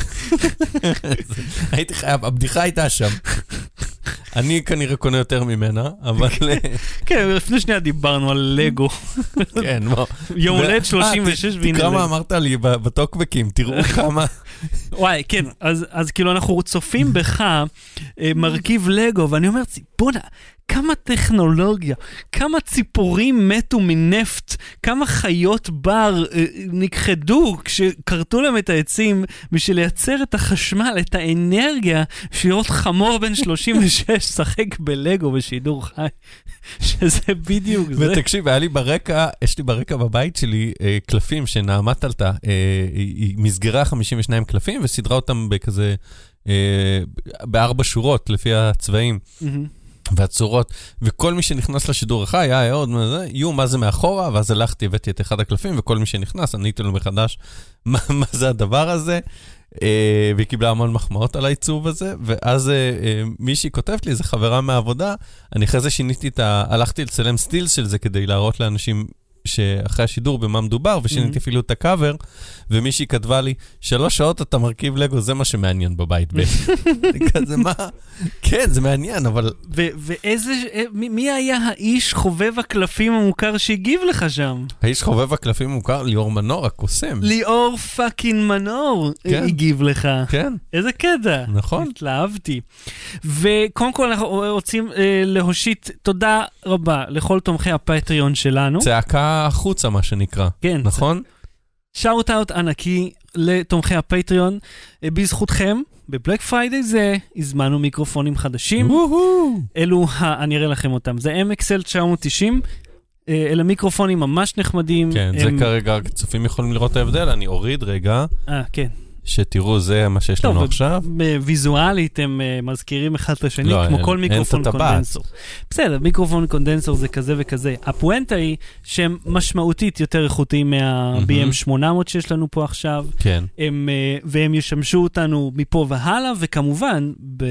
הייתי חייב, הבדיחה הייתה שם. אני כנראה קונה יותר ממנה, אבל... כן, לפני שניה דיברנו על לגו. כן, בוא. יום הולד שלושים ושש והנה... תקרא מה אמרת לי בטוקבקים, תראו כמה... וואי, כן, אז כאילו אנחנו צופים בך מרכיב לגו, ואני אומר, בונה, כמה טכנולוגיה, כמה ציפורים מתו מנפט, כמה חיות בר נכחדו כשקרתו להם את העצים בשביל לייצר את החשמל, את האנרגיה, שירות חמור בן שלושים ושש שחק בלגו בשידור חי, שזה בדיוק זה. ותקשיב, היה לי ברקע, יש לי ברקע בבית שלי קלפים שנעמת עלתה, היא מסגרה חמישים ושניים קלפים וסדרה אותם בכזה, בארבע שורות לפי הצבעים. והצורות, וכל מי שנכנס לשידור החי, היה, היה עוד, יו, מה זה מאחורה, ואז הלכתי, הבאתי את אחד הקלפים, וכל מי שנכנס, עניתי לו מחדש, מה, מה זה הדבר הזה, אה, והיא קיבלה המון מחמאות על העיצוב הזה, ואז אה, אה, מישהי כותבת לי, זה חברה מהעבודה, אני אחרי זה שיניתי את ה... הלכתי לצלם סטילס של זה, כדי להראות לאנשים שאחרי השידור במה מדובר, ושיניתי אפילו את הקאבר, ומישהי כתבה לי, שלוש שעות אתה מרכיב לגו, זה מה שמעניין בבית. כזה מה? כן, זה מעניין, אבל... ואיזה, מי היה האיש חובב הקלפים המוכר שהגיב לך שם? האיש חובב הקלפים המוכר, ליאור מנור, הקוסם. ליאור פאקינג מנור הגיב לך. כן. איזה קטע. נכון. התלהבתי. וקודם כל אנחנו רוצים להושיט תודה רבה לכל תומכי הפטריון שלנו. צעקה החוצה, מה שנקרא. כן. נכון? שאוט אאוט ענקי לתומכי הפטריון. בזכותכם, בבלק פריידיי זה, הזמנו מיקרופונים חדשים. אלו, אני אראה לכם אותם. זה אם אקס אל תשע מאות תשעים. אלה מיקרופונים ממש נחמדים. כן, זה כרגע, צופים יכולים לראות את ההבדל. אני אוריד רגע. אה, כן. שתראו, זה מה שיש לנו עכשיו. ויזואלית הם מזכירים אחד את השני, כמו כל מיקרופון קונדנסור. בסדר, מיקרופון קונדנסור זה כזה וכזה. הפואנטה היא שהם משמעותית יותר איכותיים מה-בי אם שמונה מאות שיש לנו פה עכשיו, והם ישמשו אותנו מפה והלאה, וכמובן,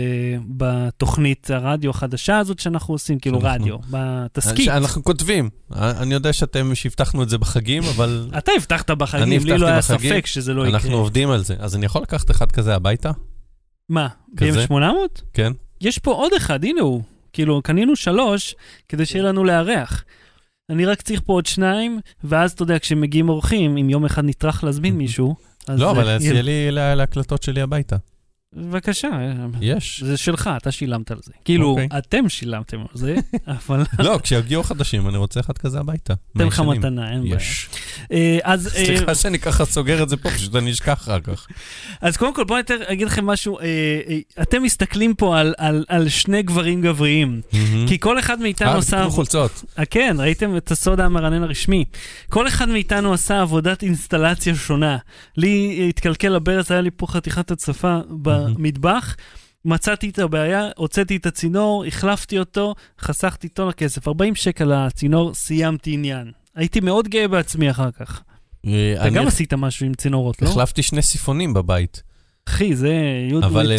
בתוכנית הרדיו החדשה הזאת שאנחנו עושים, כאילו רדיו, בתסקית. אנחנו כותבים. אני יודע שאתם שהבטחנו את זה בחגים, אבל... אתה הבטחת בחגים, לי לא היה ספק שזה לא יקרה. אנחנו עובדים על זה. אז אני יכול לקחת אחד כזה הביתה? מה? בי אם שמונה מאות? כן. יש פה עוד אחד, הנה הוא. כאילו, קנינו שלוש, כדי שיהיה לנו לארח. אני רק צריך פה עוד שניים, ואז אתה יודע, כשמגיעים אורחים, אם יום אחד נטרח להזמין מישהו, לא, אבל תהיה לי להקלטות שלי הביתה. בבקשה. יש. זה שלך, אתה שילמת על זה. כאילו, אתם שילמתם על זה, אבל... לא, כשיגיעו חדשים, אני רוצה אחד כזה הביתה. תן לך מתנה, אין בעיה. יש. סליחה שאני ככה סוגר את זה פה, פשוט אני אשכח אחר כך. אז קודם כל, בואו אגיד לכם משהו. אתם מסתכלים פה על שני גברים גבריים, כי כל אחד מאיתנו עושה... אה, חולצות. כן, ראיתם את הסוד המרנן הרשמי. כל אחד מאיתנו עשה עבודת אינסטלציה שונה. לי התקלקל הברז, היה לי פה חתיכת הצפה במטבח, מצאתי את הבעיה, הוצאתי את הצינור, החלפתי אותו, חסכתי טון הכסף. ארבעים שקל הצינור, סיימתי עניין. הייתי מאוד גאה בעצמי אחר כך. אתה גם עשית משהו עם צינורות, לא? החלפתי שני סיפונים בבית. אחי, זה... אבל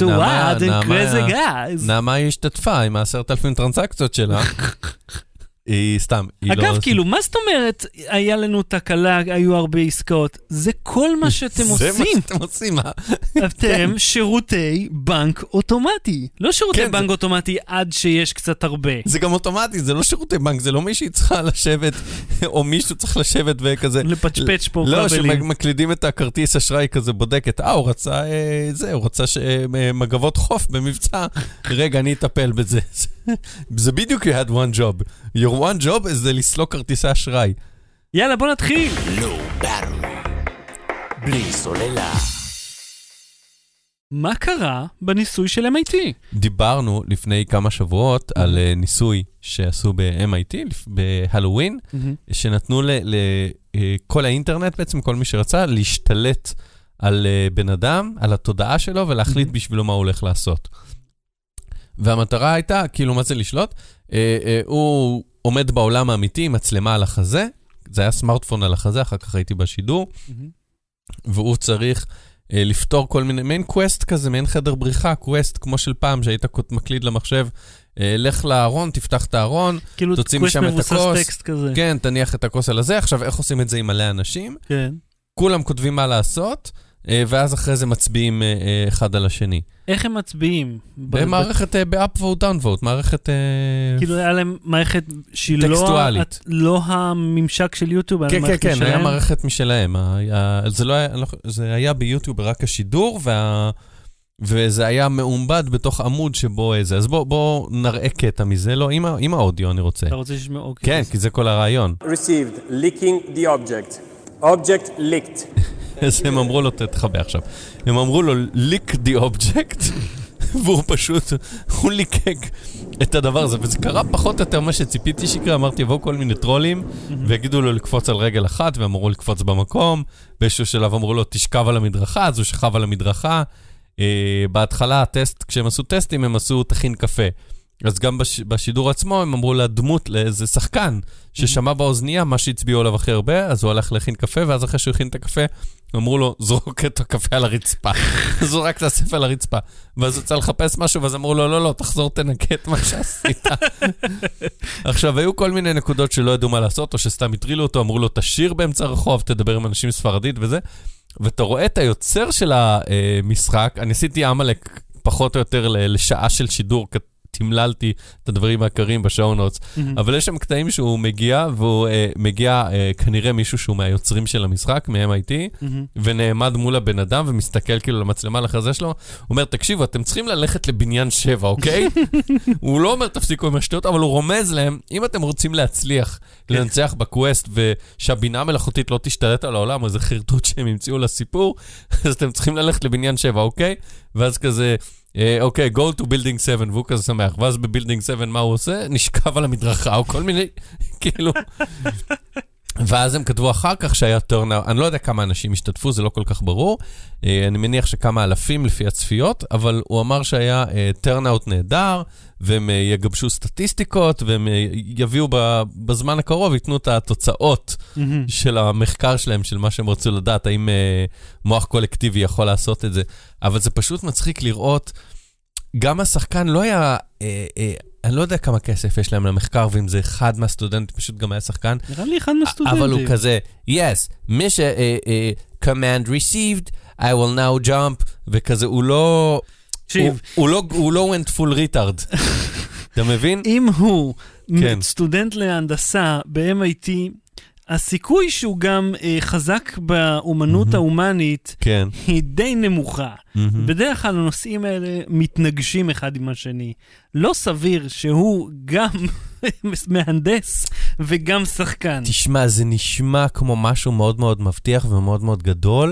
נעמה היא השתתפה עם עשרת אלפים טרנסקציות שלה. היא סתם, היא לא... אגב, כאילו, מה זאת אומרת, היה לנו תקלה, היו הרבה עסקאות? זה כל מה שאתם עושים. זה מה שאתם עושים, אה? אתם שירותי בנק אוטומטי. לא שירותי בנק אוטומטי עד שיש קצת הרבה. זה גם אוטומטי, זה לא שירותי בנק, זה לא מישהי צריכה לשבת, או מישהו צריך לשבת וכזה... לפצ'פץ' פה. לא, שמקלידים את הכרטיס אשראי כזה, בודקת, אה, הוא רצה זה, הוא רצה מגבות חוף במבצע. רגע, אני אטפל בזה. זה בדיוק you had one job. Your one job is זה לסלוק כרטיסי אשראי. יאללה, בוא נתחיל. Low battery. בלי סוללה. מה קרה בניסוי של אם איי טי? דיברנו לפני כמה שבועות על ניסוי שעשו ב-אם איי טי, בהלווין, שנתנו לכל האינטרנט, בעצם כל מי שרצה, להשתלט על בן אדם, על התודעה שלו, ולהחליט בשבילו מה הוא הולך לעשות. והמטרה הייתה, כאילו מה זה לשלוט? אה, אה, הוא עומד בעולם האמיתי עם מצלמה על החזה, זה היה סמארטפון על החזה, אחר כך הייתי בשידור, mm-hmm. והוא צריך אה, לפתור כל מיני, מעין קווסט כזה, מעין חדר בריחה, קווסט כמו של פעם, שהיית מקליד למחשב, אה, לך לארון, תפתח את הארון, כאילו תוציא משם את הכוס, טקסט כזה. כן, תניח את הכוס על הזה, עכשיו איך עושים את זה עם מלא אנשים? כן. כולם כותבים מה לעשות, ואז אחרי זה מצביעים אחד על השני. איך הם מצביעים? במערכת ב-up vote, down vote, מערכת... כאילו היה להם מערכת שהיא טקסטואלית. לא הממשק של יוטיוב, כן, כן, כן, היה מערכת משלהם. זה היה ביוטיוב רק השידור, וזה היה מעומבד בתוך עמוד שבו איזה. אז בואו נראה קטע מזה, לא, עם האודיו אני רוצה. אתה רוצה ששמעו? כן, כי זה כל הרעיון. Received, leaking the object. Object leaked. אז הם אמרו לו, תתחבא עכשיו. הם אמרו לו, ליק די אובג'קט, והוא פשוט, הוא ליקק את הדבר הזה, וזה קרה פחות או יותר מה שציפיתי שיקרה, אמרתי, יבואו כל מיני טרולים, ויגידו לו לקפוץ על רגל אחת, ואמרו לקפוץ במקום, באיזשהו שלב אמרו לו, תשכב על המדרכה, אז הוא שכב על המדרכה. בהתחלה הטסט, כשהם עשו טסטים, הם עשו תכין קפה. אז גם בש, בשידור עצמו הם אמרו לדמות לאיזה שחקן ששמע באוזנייה מה שהצביעו עליו הכי הרבה, אז הוא הלך להכין קפה, ואז אחרי שהוא הכין את הקפה, אמרו לו, זרוק את הקפה על הרצפה. זרוק את הספר על הרצפה. ואז הוא צריך לחפש משהו, ואז אמרו לו, לא, לא, תחזור תנקה את מה שעשית. עכשיו, היו כל מיני נקודות שלא ידעו מה לעשות, או שסתם הטרילו אותו, אמרו לו, תשיר באמצע הרחוב, תדבר עם אנשים ספרדית וזה. ואתה רואה את היוצר של המשחק, אני עשיתי עמלק פחות או יותר לשעה של שידור, תמללתי את הדברים העיקריים בשעונוץ, mm-hmm. אבל יש שם קטעים שהוא מגיע, והוא uh, מגיע uh, כנראה מישהו שהוא מהיוצרים של המשחק, מ-אם איי טי, mm-hmm. ונעמד מול הבן אדם, ומסתכל כאילו למצלמה לחזה שלו, הוא אומר, תקשיבו, אתם צריכים ללכת לבניין שבע, אוקיי? הוא לא אומר, תפסיקו עם השטויות, אבל הוא רומז להם, אם אתם רוצים להצליח, לנצח בקווסט, ושהבינה המלאכותית לא תשתלט על העולם, או איזה חרטוט שהם המציאו לסיפור, אז אתם צריכים ללכת לבניין שבע, אוקיי? ואז כזה, אוקיי, go to building seven, והוא כזה שמח, ואז בבילדינג שבע מה הוא עושה? נשכב על המדרכה, או כל מיני, כאילו. ואז הם כתבו אחר כך שהיה turnout, אני לא יודע כמה אנשים השתתפו, זה לא כל כך ברור, אני מניח שכמה אלפים לפי הצפיות, אבל הוא אמר שהיה turnout נהדר, והם יגבשו סטטיסטיקות, והם יביאו בזמן הקרוב, ייתנו את התוצאות של המחקר שלהם, של מה שהם רצו לדעת, האם מוח קולקטיבי יכול לעשות את זה. אבל זה פשוט מצחיק לראות, גם השחקן לא היה, אני לא יודע כמה כסף יש להם למחקר, ואם זה אחד מהסטודנטים, פשוט גם היה שחקן. נראה לי אחד מהסטודנטים. אבל הוא כזה, yes, mission, command received, I will now jump, וכזה, הוא לא... הוא לא went full retard. אתה מבין? אם הוא סטודנט להנדסה ב-אם איי טי, הסיכוי שהוא גם אה, חזק באומנות mm-hmm. ההומנית, כן. היא די נמוכה. Mm-hmm. בדרך כלל הנושאים האלה מתנגשים אחד עם השני. לא סביר שהוא גם מהנדס וגם שחקן. תשמע, זה נשמע כמו משהו מאוד מאוד מבטיח ומאוד מאוד גדול,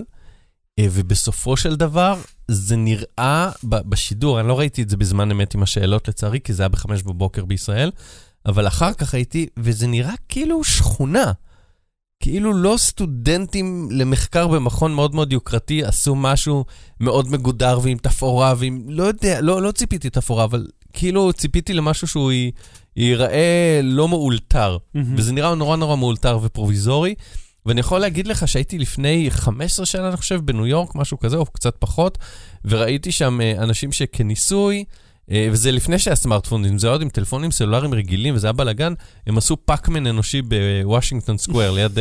ובסופו של דבר זה נראה בשידור, אני לא ראיתי את זה בזמן אמת עם השאלות לצערי, כי זה היה בחמש בבוקר בישראל, אבל אחר כך הייתי, וזה נראה כאילו שכונה. כאילו לא סטודנטים למחקר במכון מאוד מאוד יוקרתי, עשו משהו מאוד מגודר ועם תפאורה, ועם, לא יודע, לא, לא ציפיתי תפאורה, אבל כאילו ציפיתי למשהו שהוא י, ייראה לא מאולתר, mm-hmm. וזה נראה נורא נורא מאולתר ופרוביזורי, ואני יכול להגיד לך שהייתי לפני חמש עשרה שנה, אני חושב, בניו יורק, משהו כזה, או קצת פחות, וראיתי שם אנשים שכניסוי, וזה לפני שהיה סמארטפונים, זה עוד עם טלפונים סלולריים רגילים, וזה היה בלגן, הם עשו פאקמן אנושי בוושינגטון סקוואר, ליד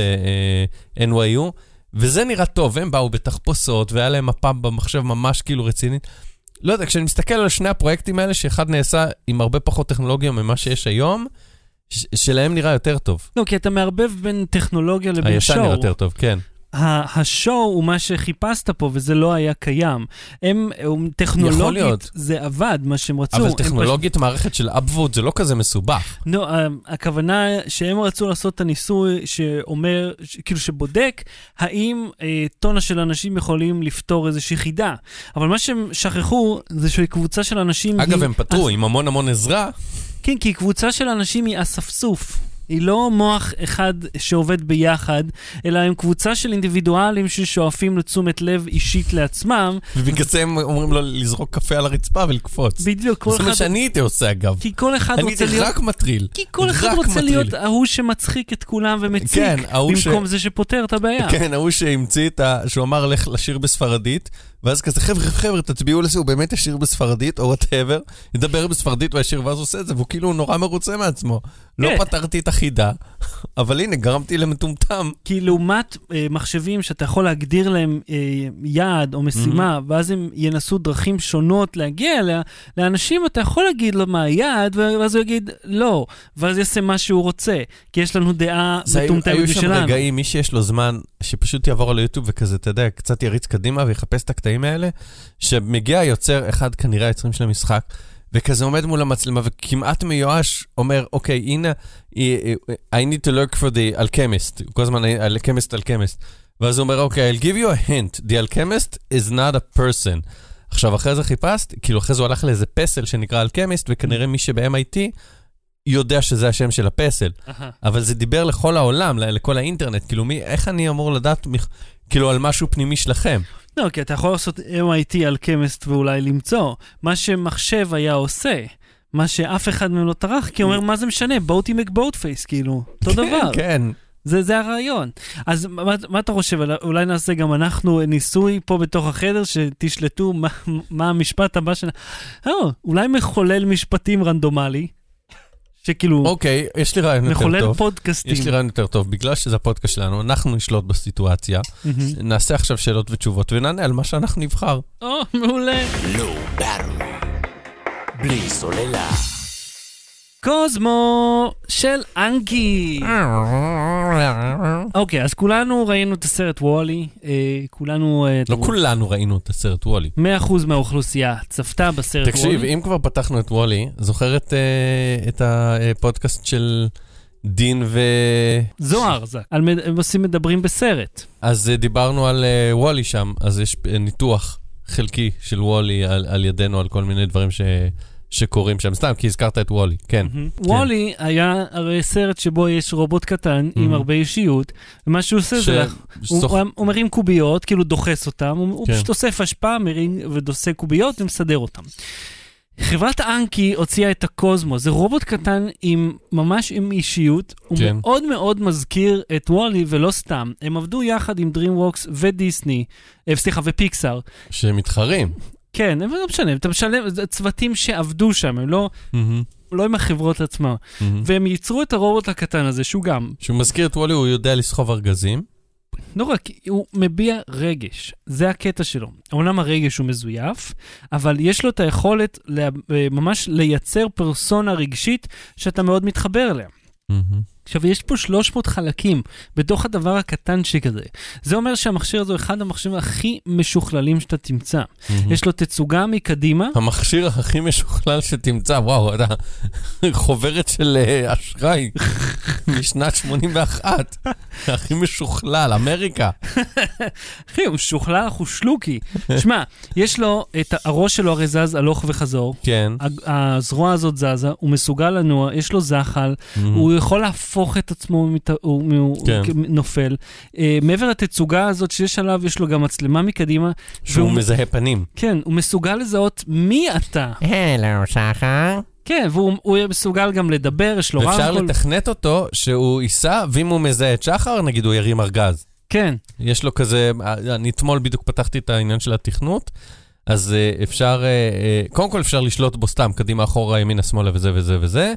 אן וואי יו, וזה נראה טוב, הם באו בתחפושות, והיה להם מפה במחשב ממש כאילו רצינית. לא יודע, כשאני מסתכל על שני הפרויקטים האלה, שאחד נעשה עם הרבה פחות טכנולוגיה ממה שיש היום, שלהם נראה יותר טוב. לא, כי אתה מערבב בין טכנולוגיה לבין שואו. הישן נראה יותר טוב, כן. השואו הוא מה שחיפשת פה, וזה לא היה קיים. הם, טכנולוגית, זה עבד, מה שהם רצו. אבל טכנולוגית, מערכת של אפווד, זה לא כזה מסובך. לא, הכוונה שהם רצו לעשות את הניסוי שאומר, כאילו שבודק, האם טונה של אנשים יכולים לפתור איזושהי חידה. אבל מה שהם שכחו, זה שקבוצה של אנשים... אגב, הם פתרו עם המון המון עזרה. כן, כי קבוצה של אנשים היא אספסוף. היא לא מוח אחד שעובד ביחד, אלא הם קבוצה של אינדיבידואלים ששואפים לתשומת לב אישית לעצמם. ובגלל זה הם אומרים לו לזרוק קפה על הרצפה ולקפוץ. בדיוק. זה מה שאני הייתי עושה אגב. כי כל אחד רוצה להיות... אני רק מטריל. כי כל אחד רוצה להיות ההוא שמצחיק את כולם ומציק, במקום זה שפותר את הבעיה. כן, ההוא שהמציא את ה... שהוא אמר לך לשיר בספרדית, ואז כזה, חבר'ה, חבר'ה, תצביעו לזה, הוא באמת ישיר בספרדית, או whatever, ידבר בספרדית וישיר, ואז עושה את זה, והוא כאילו נורא מרוצה מעצמו. לא פתרתי את החידה, אבל הנה, גרמתי למטומטם. כי לעומת מחשבים שאתה יכול להגדיר להם יעד או משימה, ואז הם ינסו דרכים שונות להגיע אליה, לאנשים אתה יכול להגיד לו מה היעד, ואז הוא יגיד לא, ואז יעשה מה שהוא רוצה, כי יש לנו דעה מטומטמת בשלנו. היו שם רגעים, מי שיש לו זמן, שפשוט יעבור על היוטיוב וכזה, אתה יודע, קצת יריץ קדימה ויחפש את הקטעים האלה, שמגיע יוצר אחד כנראה היוצרים של המשחק, וכזה עומד מול המצלמה, וכמעט מיואש אומר, אוקיי, הנה, I need to look for the alchemist, כל הזמן, alchemist, alchemist, ואז הוא אומר, אוקיי, I'll give you a hint, the alchemist is not a person. עכשיו, אחרי זה חיפשת, כאילו אחרי זה הוא הלך לאיזה פסל שנקרא alchemist, וכנראה מי שב-אם איי טי יודע שזה השם של הפסל. אבל זה דיבר לכל העולם, לכל האינטרנט, כאילו מי, איך אני אמור לדעת, כאילו על משהו פנימי שלכם? לא, כי אתה יכול לעשות אם איי טי על קמיסט ואולי למצוא. מה שמחשב היה עושה, מה שאף אחד מהם לא טרח, כי הוא אומר, מה זה משנה? בואו תימק בוט פייס, כאילו. אותו דבר. כן. זה, זה הרעיון. אז מה, מה אתה חושב? אולי נעשה גם אנחנו ניסוי פה בתוך החדר, שתשלטו מה, מה המשפט הבא שנה. או, אולי מחולל משפטים רנדומלי, שכאילו... אוקיי, יש לי רעיון יותר טוב. מחולל פודקאסטים. יש לי רעיון יותר טוב, בגלל שזה הפודקאסט שלנו, אנחנו נשלוט בסיטואציה, נעשה עכשיו שאלות ותשובות, ונענה על מה שאנחנו נבחר. או, מעולה. לא ברור. בלי סוללה. קוזמו של אנקי. אוקיי, אז כולנו ראינו את הסרט וולי, כולנו... לא כולנו ראינו את הסרט וולי. מאה אחוז מהאוכלוסייה צפתה בסרט וולי. תקשיב, אם כבר פתחנו את וולי, זוכרת את הפודקאסט של דין ו... זוהר, הם עושים מדברים בסרט. אז דיברנו על וולי שם, אז יש ניתוח חלקי של וולי על ידינו, על כל מיני דברים ש... שקוראים שם, סתם, כי הזכרת את וולי, כן. וולי היה הרי סרט שבו יש רובוט קטן עם הרבה אישיות, ומה שהוא עושה זה, הוא מרים קוביות, כאילו דוחס אותם, הוא פשוט אוסף השפעה, מרים ודוסה קוביות ומסדר אותם. חברת אנקי הוציאה את הקוזמו, זה רובוט קטן עם ממש עם אישיות, הוא מאוד מאוד מזכיר את וולי ולא סתם, הם עבדו יחד עם DreamWorks ודיסני, סליחה, ופיקסאר. שהם מתחרים. כן, אבל לא משנה, אתה משלם, צוותים שעבדו שם, הם לא, mm-hmm. לא עם החברות עצמם. Mm-hmm. והם ייצרו את הרובוט הקטן הזה, שהוא גם... שהוא מזכיר את וולי, הוא יודע לסחוב ארגזים. לא רק, הוא מביע רגש, זה הקטע שלו. אומנם הרגש הוא מזויף, אבל יש לו את היכולת לה, ממש לייצר פרסונה רגשית שאתה מאוד מתחבר אליה. עכשיו, יש פה שלוש מאות חלקים בתוך הדבר הקטן שכזה. זה אומר שהמכשיר הזה הוא אחד המכשירים הכי משוכללים שאתה תמצא. יש לו תצוגה מקדימה. המכשיר הכי משוכלל שתמצא, וואו, אתה חוברת של אשראי משנת שמונים ואחת. הכי משוכלל, אמריקה. אחי, הוא משוכלל, הוא שלוקי. שמע, יש לו, את הראש שלו הרי זז הלוך וחזור. כן. הזרוע הזאת זזה, הוא מסוגל לנוע, יש לו זחל, הוא יכול להפוך את עצמו, הוא נופל. מעבר לתצוגה הזאת שיש עליו, יש לו גם מצלמה מקדימה. שהוא מזהה פנים. כן, הוא מסוגל לזהות מי אתה. הלו, שחר. כן, והוא מסוגל גם לדבר, יש לו רמקול. ואפשר לתכנת אותו שהוא ייסע, ואם הוא מזהה את שחר, נגיד הוא ירים ארגז. כן. יש לו כזה, אני אתמול בדיוק פתחתי את העניין של התכנות, אז אפשר, קודם כל אפשר לשלוט בו סתם, קדימה, אחורה, ימינה, שמאלה וזה וזה וזה.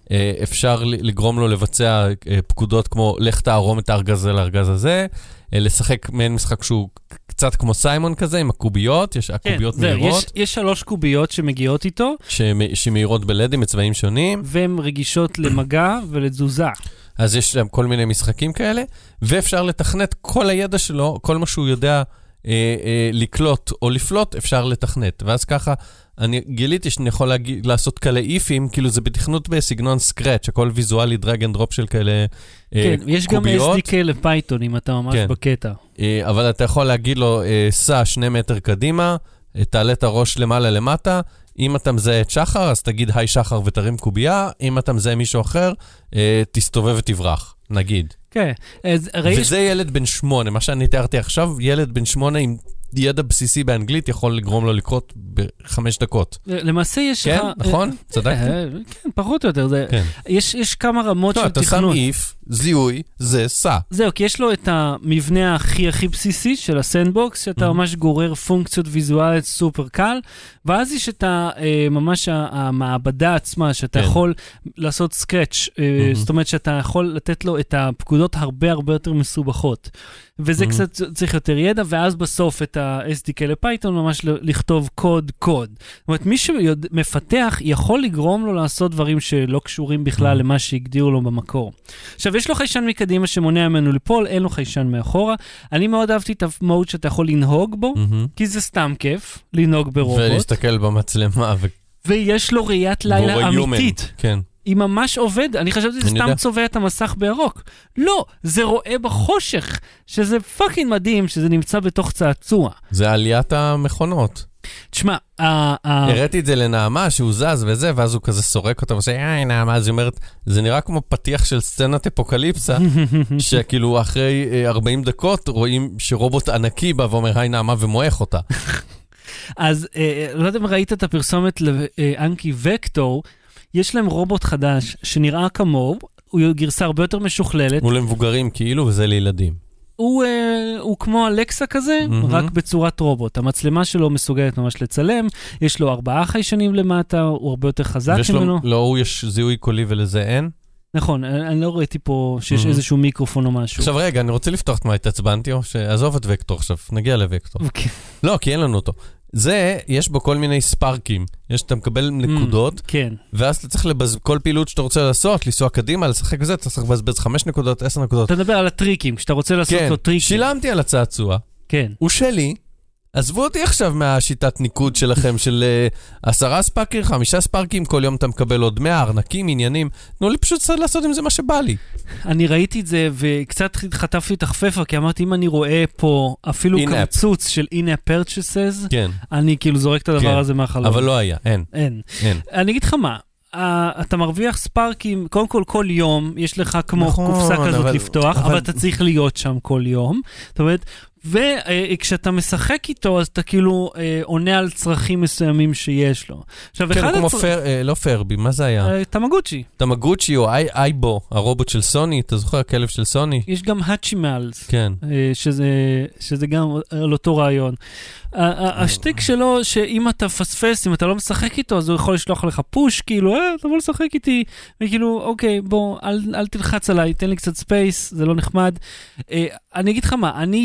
אפשר לגרום לו לבצע פקודות כמו, לך תערום את הארגז הזה לארגז הזה, לשחק מעין משחק שהוא קצת כמו סיימון כזה, עם הקוביות, יש הקוביות מהירות. יש שלוש קוביות שמגיעות איתו. שמהירות בלדים בצבעים שונים. והן רגישות למגע ולתזוזה. אז יש להם כל מיני משחקים כאלה, ואפשר לתכנת כל הידע שלו, כל מה שהוא יודע אה, אה, לקלוט או לפלוט, אפשר לתכנת. ואז ככה, אני גיליתי שאני יכול להגיד, לעשות כאלה איפים, כאילו זה בתכנות בסגנון סקרץ', הכל ויזואלי, דרג אנד דרופ של כאלה אה, כן, יש קוביות. גם אס די קיי לפייתון, אם אתה ממש כן. בקטע. אה, אבל אתה יכול להגיד לו, אה, סע שני מטר קדימה, תעלה את הראש למעלה למטה, אם אתה מזהה את שחר, אז תגיד היי שחר ותרים קובייה, אם אתה מזהה מישהו אחר, אה, תסתובב ותברח, נגיד. כן. אז וזה ילד בן שמונה, מה שאני תיארתי עכשיו, ילד בן שמונה עם ידע בסיסי באנגלית יכול לגרום לו לקרות בחמש דקות. למעשה יש... כן, נכון? צדקתי? כן, פחות או יותר. יש כמה רמות של תכנות. אתה שם איף, זיהוי, זה סע. זהו, כי יש לו את המבנה הכי הכי בסיסי של הסנדבוקס, שאתה ממש גורר פונקציות ויזואלית סופר קל, ואז יש את ממש המעבדה עצמה, שאתה יכול לעשות סקרץ', זאת אומרת שאתה יכול לתת לו את הפקודות הרבה הרבה יותר מסובכות. וזה קצת צריך יותר ידע, ואז בסוף את ה-אס די קיי לפייתון ממש לכתוב קוד קוד. זאת אומרת, מי שמפתח יכול לגרום לו לעשות דברים שלא קשורים בכלל למה שהגדירו לו במקור. עכשיו, יש לו חיישן מקדימה שמונע ממנו ליפול, אין לו חיישן מאחורה. אני מאוד אהבתי את המוד שאתה יכול לנהוג בו, כי זה סתם כיף, לנהוג ברובוט. ולהסתכל במצלמה. ויש לו ראיית לילה אמיתית. כן. היא ממש עובד, אני חשבתי שזה סתם צובע את המסך בירוק. לא, זה רואה בחושך, שזה פאקינג מדהים, שזה נמצא בתוך צעצוע. זה עליית המכונות. תשמע, הראיתי את זה לנעמה, שהוא זז וזה, ואז הוא כזה סורק אותה, ועושה, איי, נעמה, אז היא אומרת, זה נראה כמו פתיח של סצנת אפוקליפסה, שכאילו אחרי ארבעים דקות רואים שרובוט ענקי בא ואומר, היי, נעמה, ומועך אותה. אז לא יודע אם ראית את הפרסומת לאנקי וקטור, יש להם רובוט חדש שנראה כמוהו, הוא גרסה הרבה יותר משוכללת. הוא למבוגרים כאילו, וזה לילדים. הוא, אה, הוא כמו אלקסה כזה, mm-hmm. רק בצורת רובוט. המצלמה שלו מסוגלת ממש לצלם, יש לו ארבעה חיישנים למטה, הוא הרבה יותר חזק ממנו. לו, לא, הוא יש זיהוי קולי ולזה אין? נכון, אני, אני לא ראיתי פה שיש mm-hmm. איזשהו מיקרופון או משהו. עכשיו רגע, אני רוצה לפתוח את מה התעצבנתי, או שעזוב את וקטור עכשיו, נגיע לוקטור. Okay. לא, כי אין לנו אותו. זה, יש בו כל מיני ספארקים. יש, אתה מקבל נקודות, mm, כן. ואז אתה צריך לבז... כל פעילות שאתה רוצה לעשות, לנסוע קדימה, לשחק וזה, אתה צריך לבזבז חמש נקודות, עשר נקודות. אתה מדבר על הטריקים, כשאתה רוצה לעשות כן. לו טריקים. שילמתי על הצעצוע. כן. הוא שלי. עזבו אותי עכשיו מהשיטת ניקוד שלכם, של uh, עשרה ספאקים, חמישה ספאקים, כל יום אתה מקבל עוד מאה, ארנקים, עניינים. תנו לי פשוט לעשות עם זה מה שבא לי. אני ראיתי את זה, וקצת חטפתי את החפפה, כי אמרתי, אם אני רואה פה אפילו קרצוץ של in-app purchases, כן. אני כאילו זורק את הדבר כן. הזה מהחלום. אבל לא היה, אין. אין. אין. אני אגיד לך מה, Uh, אתה מרוויח ספארקים, קודם כל כל יום, יש לך כמו נכון, קופסה כזאת אבל, לפתוח, אבל... אבל אתה צריך להיות שם כל יום. זאת אומרת, וכשאתה משחק איתו, אז אתה כאילו אה, עונה על צרכים מסוימים שיש לו. עכשיו, כן, אחד כמו הצר... פר, אה, לא פרבי, מה זה היה? אה, תמגוצ'י. תמגוצ'י או אי, אייבו, הרובוט של סוני, אתה זוכר הכלב של סוני? יש גם האצ'ימלס, כן. אה, שזה, שזה גם על אותו רעיון. השטיק שלו, שאם אתה פספס, אם אתה לא משחק איתו, אז הוא יכול לשלוח לך פוש, כאילו, אה, תבוא לשחק איתי, וכאילו, אוקיי, בוא, אל, אל תלחץ עליי, תן לי קצת ספייס, זה לא נחמד. אה, אני אגיד לך מה, אני התלהב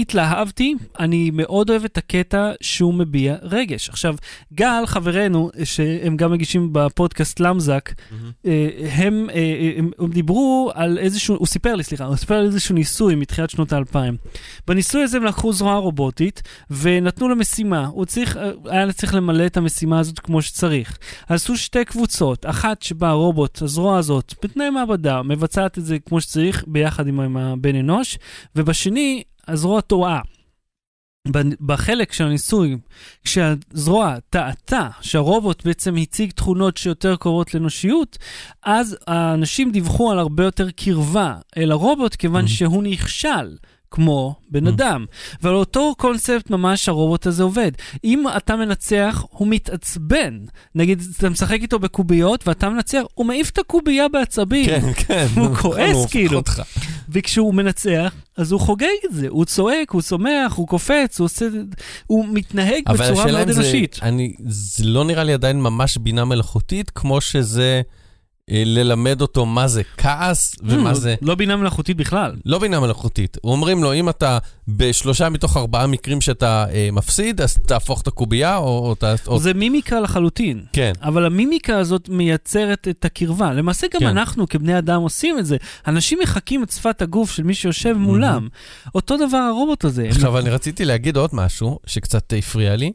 אהבתי, אני מאוד אוהב את הקטע שהוא מביע רגש. עכשיו, גל, חברנו, שהם גם מגישים בפודקאסט למזק, הם, הם, הם דיברו על איזשהו, הוא סיפר לי, סליחה, הוא סיפר על איזשהו ניסוי מתחילת שנות האלפיים. בניסוי הזה הם לקחו זרוע רובוטית, ונתנו לה משימה. הוא צריך, היה צריך למלא את המשימה הזאת כמו שצריך. עשו שתי קבוצות, אחת שבה הרובוט, הזרוע הזאת, בתנאי מעבדה, מבצעת את זה כמו שצריך, ביחד עם הבן אנוש, ובשני, הזרוע טועה. בחלק של הניסוי, כשהזרוע טעתה, שהרובוט בעצם הציג תכונות שיותר קרובות לאנושיות, אז האנשים דיווחו על הרבה יותר קרבה אל הרובוט, כיוון mm-hmm. שהוא נכשל. כמו בן mm. אדם. ועל אותו קונספט ממש הרובוט הזה עובד. אם אתה מנצח, הוא מתעצבן. נגיד, אתה משחק איתו בקוביות, ואתה מנצח, הוא מעיף את הקובייה בעצבים. כן, כן. הוא כועס כאילו. וכשהוא מנצח, אז הוא חוגג את זה. הוא צועק, הוא שמח, הוא קופץ, הוא עושה... הוא מתנהג בצורה מאוד אנושית. אני, זה לא נראה לי עדיין ממש בינה מלאכותית, כמו שזה... ללמד אותו מה זה כעס ומה זה... לא בינה מלאכותית בכלל. לא בינה מלאכותית. אומרים לו, אם אתה בשלושה מתוך ארבעה מקרים שאתה אה, מפסיד, אז תהפוך את הקובייה, או... או... זה מימיקה לחלוטין. כן. אבל המימיקה הזאת מייצרת את הקרבה. למעשה גם כן. אנחנו כבני אדם עושים את זה. אנשים מחכים את שפת הגוף של מי שיושב מולם. Mm-hmm. אותו דבר הרובוט הזה. עכשיו, הם... אני רציתי להגיד עוד משהו, שקצת הפריע לי,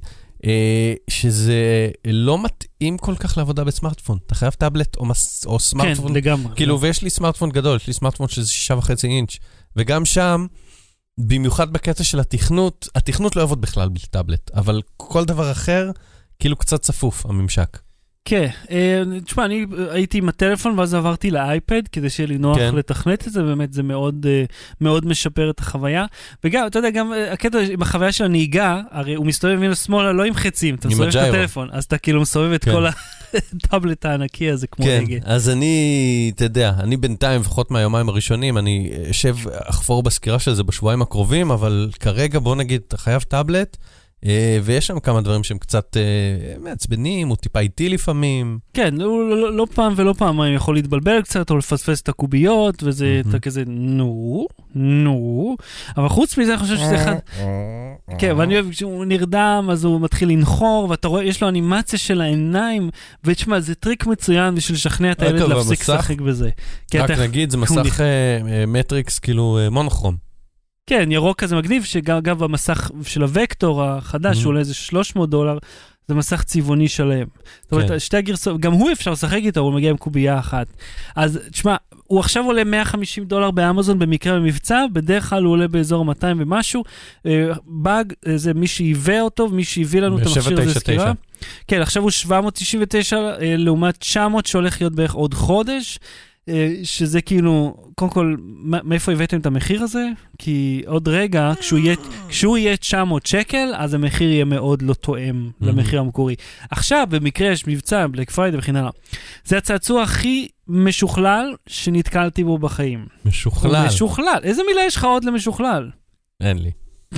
שזה לא מתאים כל כך לעבודה בסמארטפון. אתה חייב טאבלט או, מס, או סמארטפון. כן, לגמרי. כאילו, ויש לי סמארטפון גדול, יש לי סמארטפון שזה שישה וחצי אינץ'. וגם שם, במיוחד בקטע של התכנות, התכנות לא יעבוד בכלל בלי טאבלט, אבל כל דבר אחר, כאילו קצת צפוף, הממשק. כן, תשמע, אני הייתי עם הטלפון, ואז עברתי לאייפד, כדי שיהיה לי נוח לתכנת את זה, באמת זה מאוד, מאוד משפר את החוויה. וגם, אתה יודע, גם הקטע עם החוויה של הנהיגה, הרי הוא מסתובב ימין לשמאלה, לא עם חצים, אתה מסובב את הטלפון, אז אתה כאילו מסובב את כל הטאבלט הענקי הזה, כמו נגד. כן, אז אני, אתה יודע, אני בינתיים, לפחות מהיומיים הראשונים, אני אשב, אחפור בסקירה של זה בשבועיים הקרובים, אבל כרגע, בוא נגיד, אתה חייב טאבלט, ויש שם כמה דברים שהם קצת מעצבנים, הוא טיפה איטי לפעמים. כן, הוא לא, לא פעם ולא פעם יכול להתבלבל קצת, או לפספס את הקוביות, וזה אתה כזה, נו, נו. אבל חוץ מזה, אני חושב שזה אחד... כן, ואני אוהב, כשהוא נרדם, אז הוא מתחיל לנחור, ואתה רואה, יש לו אנימציה של העיניים, ותשמע, זה טריק מצוין בשביל לשכנע את הילד להפסיק לשחק בזה. רק נגיד, זה מסך מטריקס, כאילו מונוכרום. כן, ירוק כזה מגניב, שגם במסך של הוקטור החדש, שהוא עולה איזה שלוש מאות דולר, זה מסך צבעוני שלם. זאת אומרת, שתי הגרסות, גם הוא אפשר לשחק איתו, הוא מגיע עם קובייה אחת. אז, תשמע, הוא עכשיו עולה מאה וחמישים דולר באמזון במקרה במבצע, בדרך כלל הוא עולה באזור מאתיים ומשהו. באג, זה מי שהיווה אותו, ומי שהביא לנו את המכשיר הזה סקירה. כן, עכשיו הוא שבע מאות תשעים ותשע, לעומת תשע מאות, שהולך להיות בערך עוד חודש. שזה כאילו, קודם כל, מאיפה הבאתם את המחיר הזה? כי עוד רגע, כשהוא יהיה, כשהוא יהיה תשע מאות שקל, אז המחיר יהיה מאוד לא תואם למחיר המקורי. עכשיו, במקרה יש מבצע, בלק פריידי וכן הלאה. זה הצעצוע הכי משוכלל שנתקלתי בו בחיים. משוכלל? משוכלל. איזה מילה יש לך עוד למשוכלל? אין לי.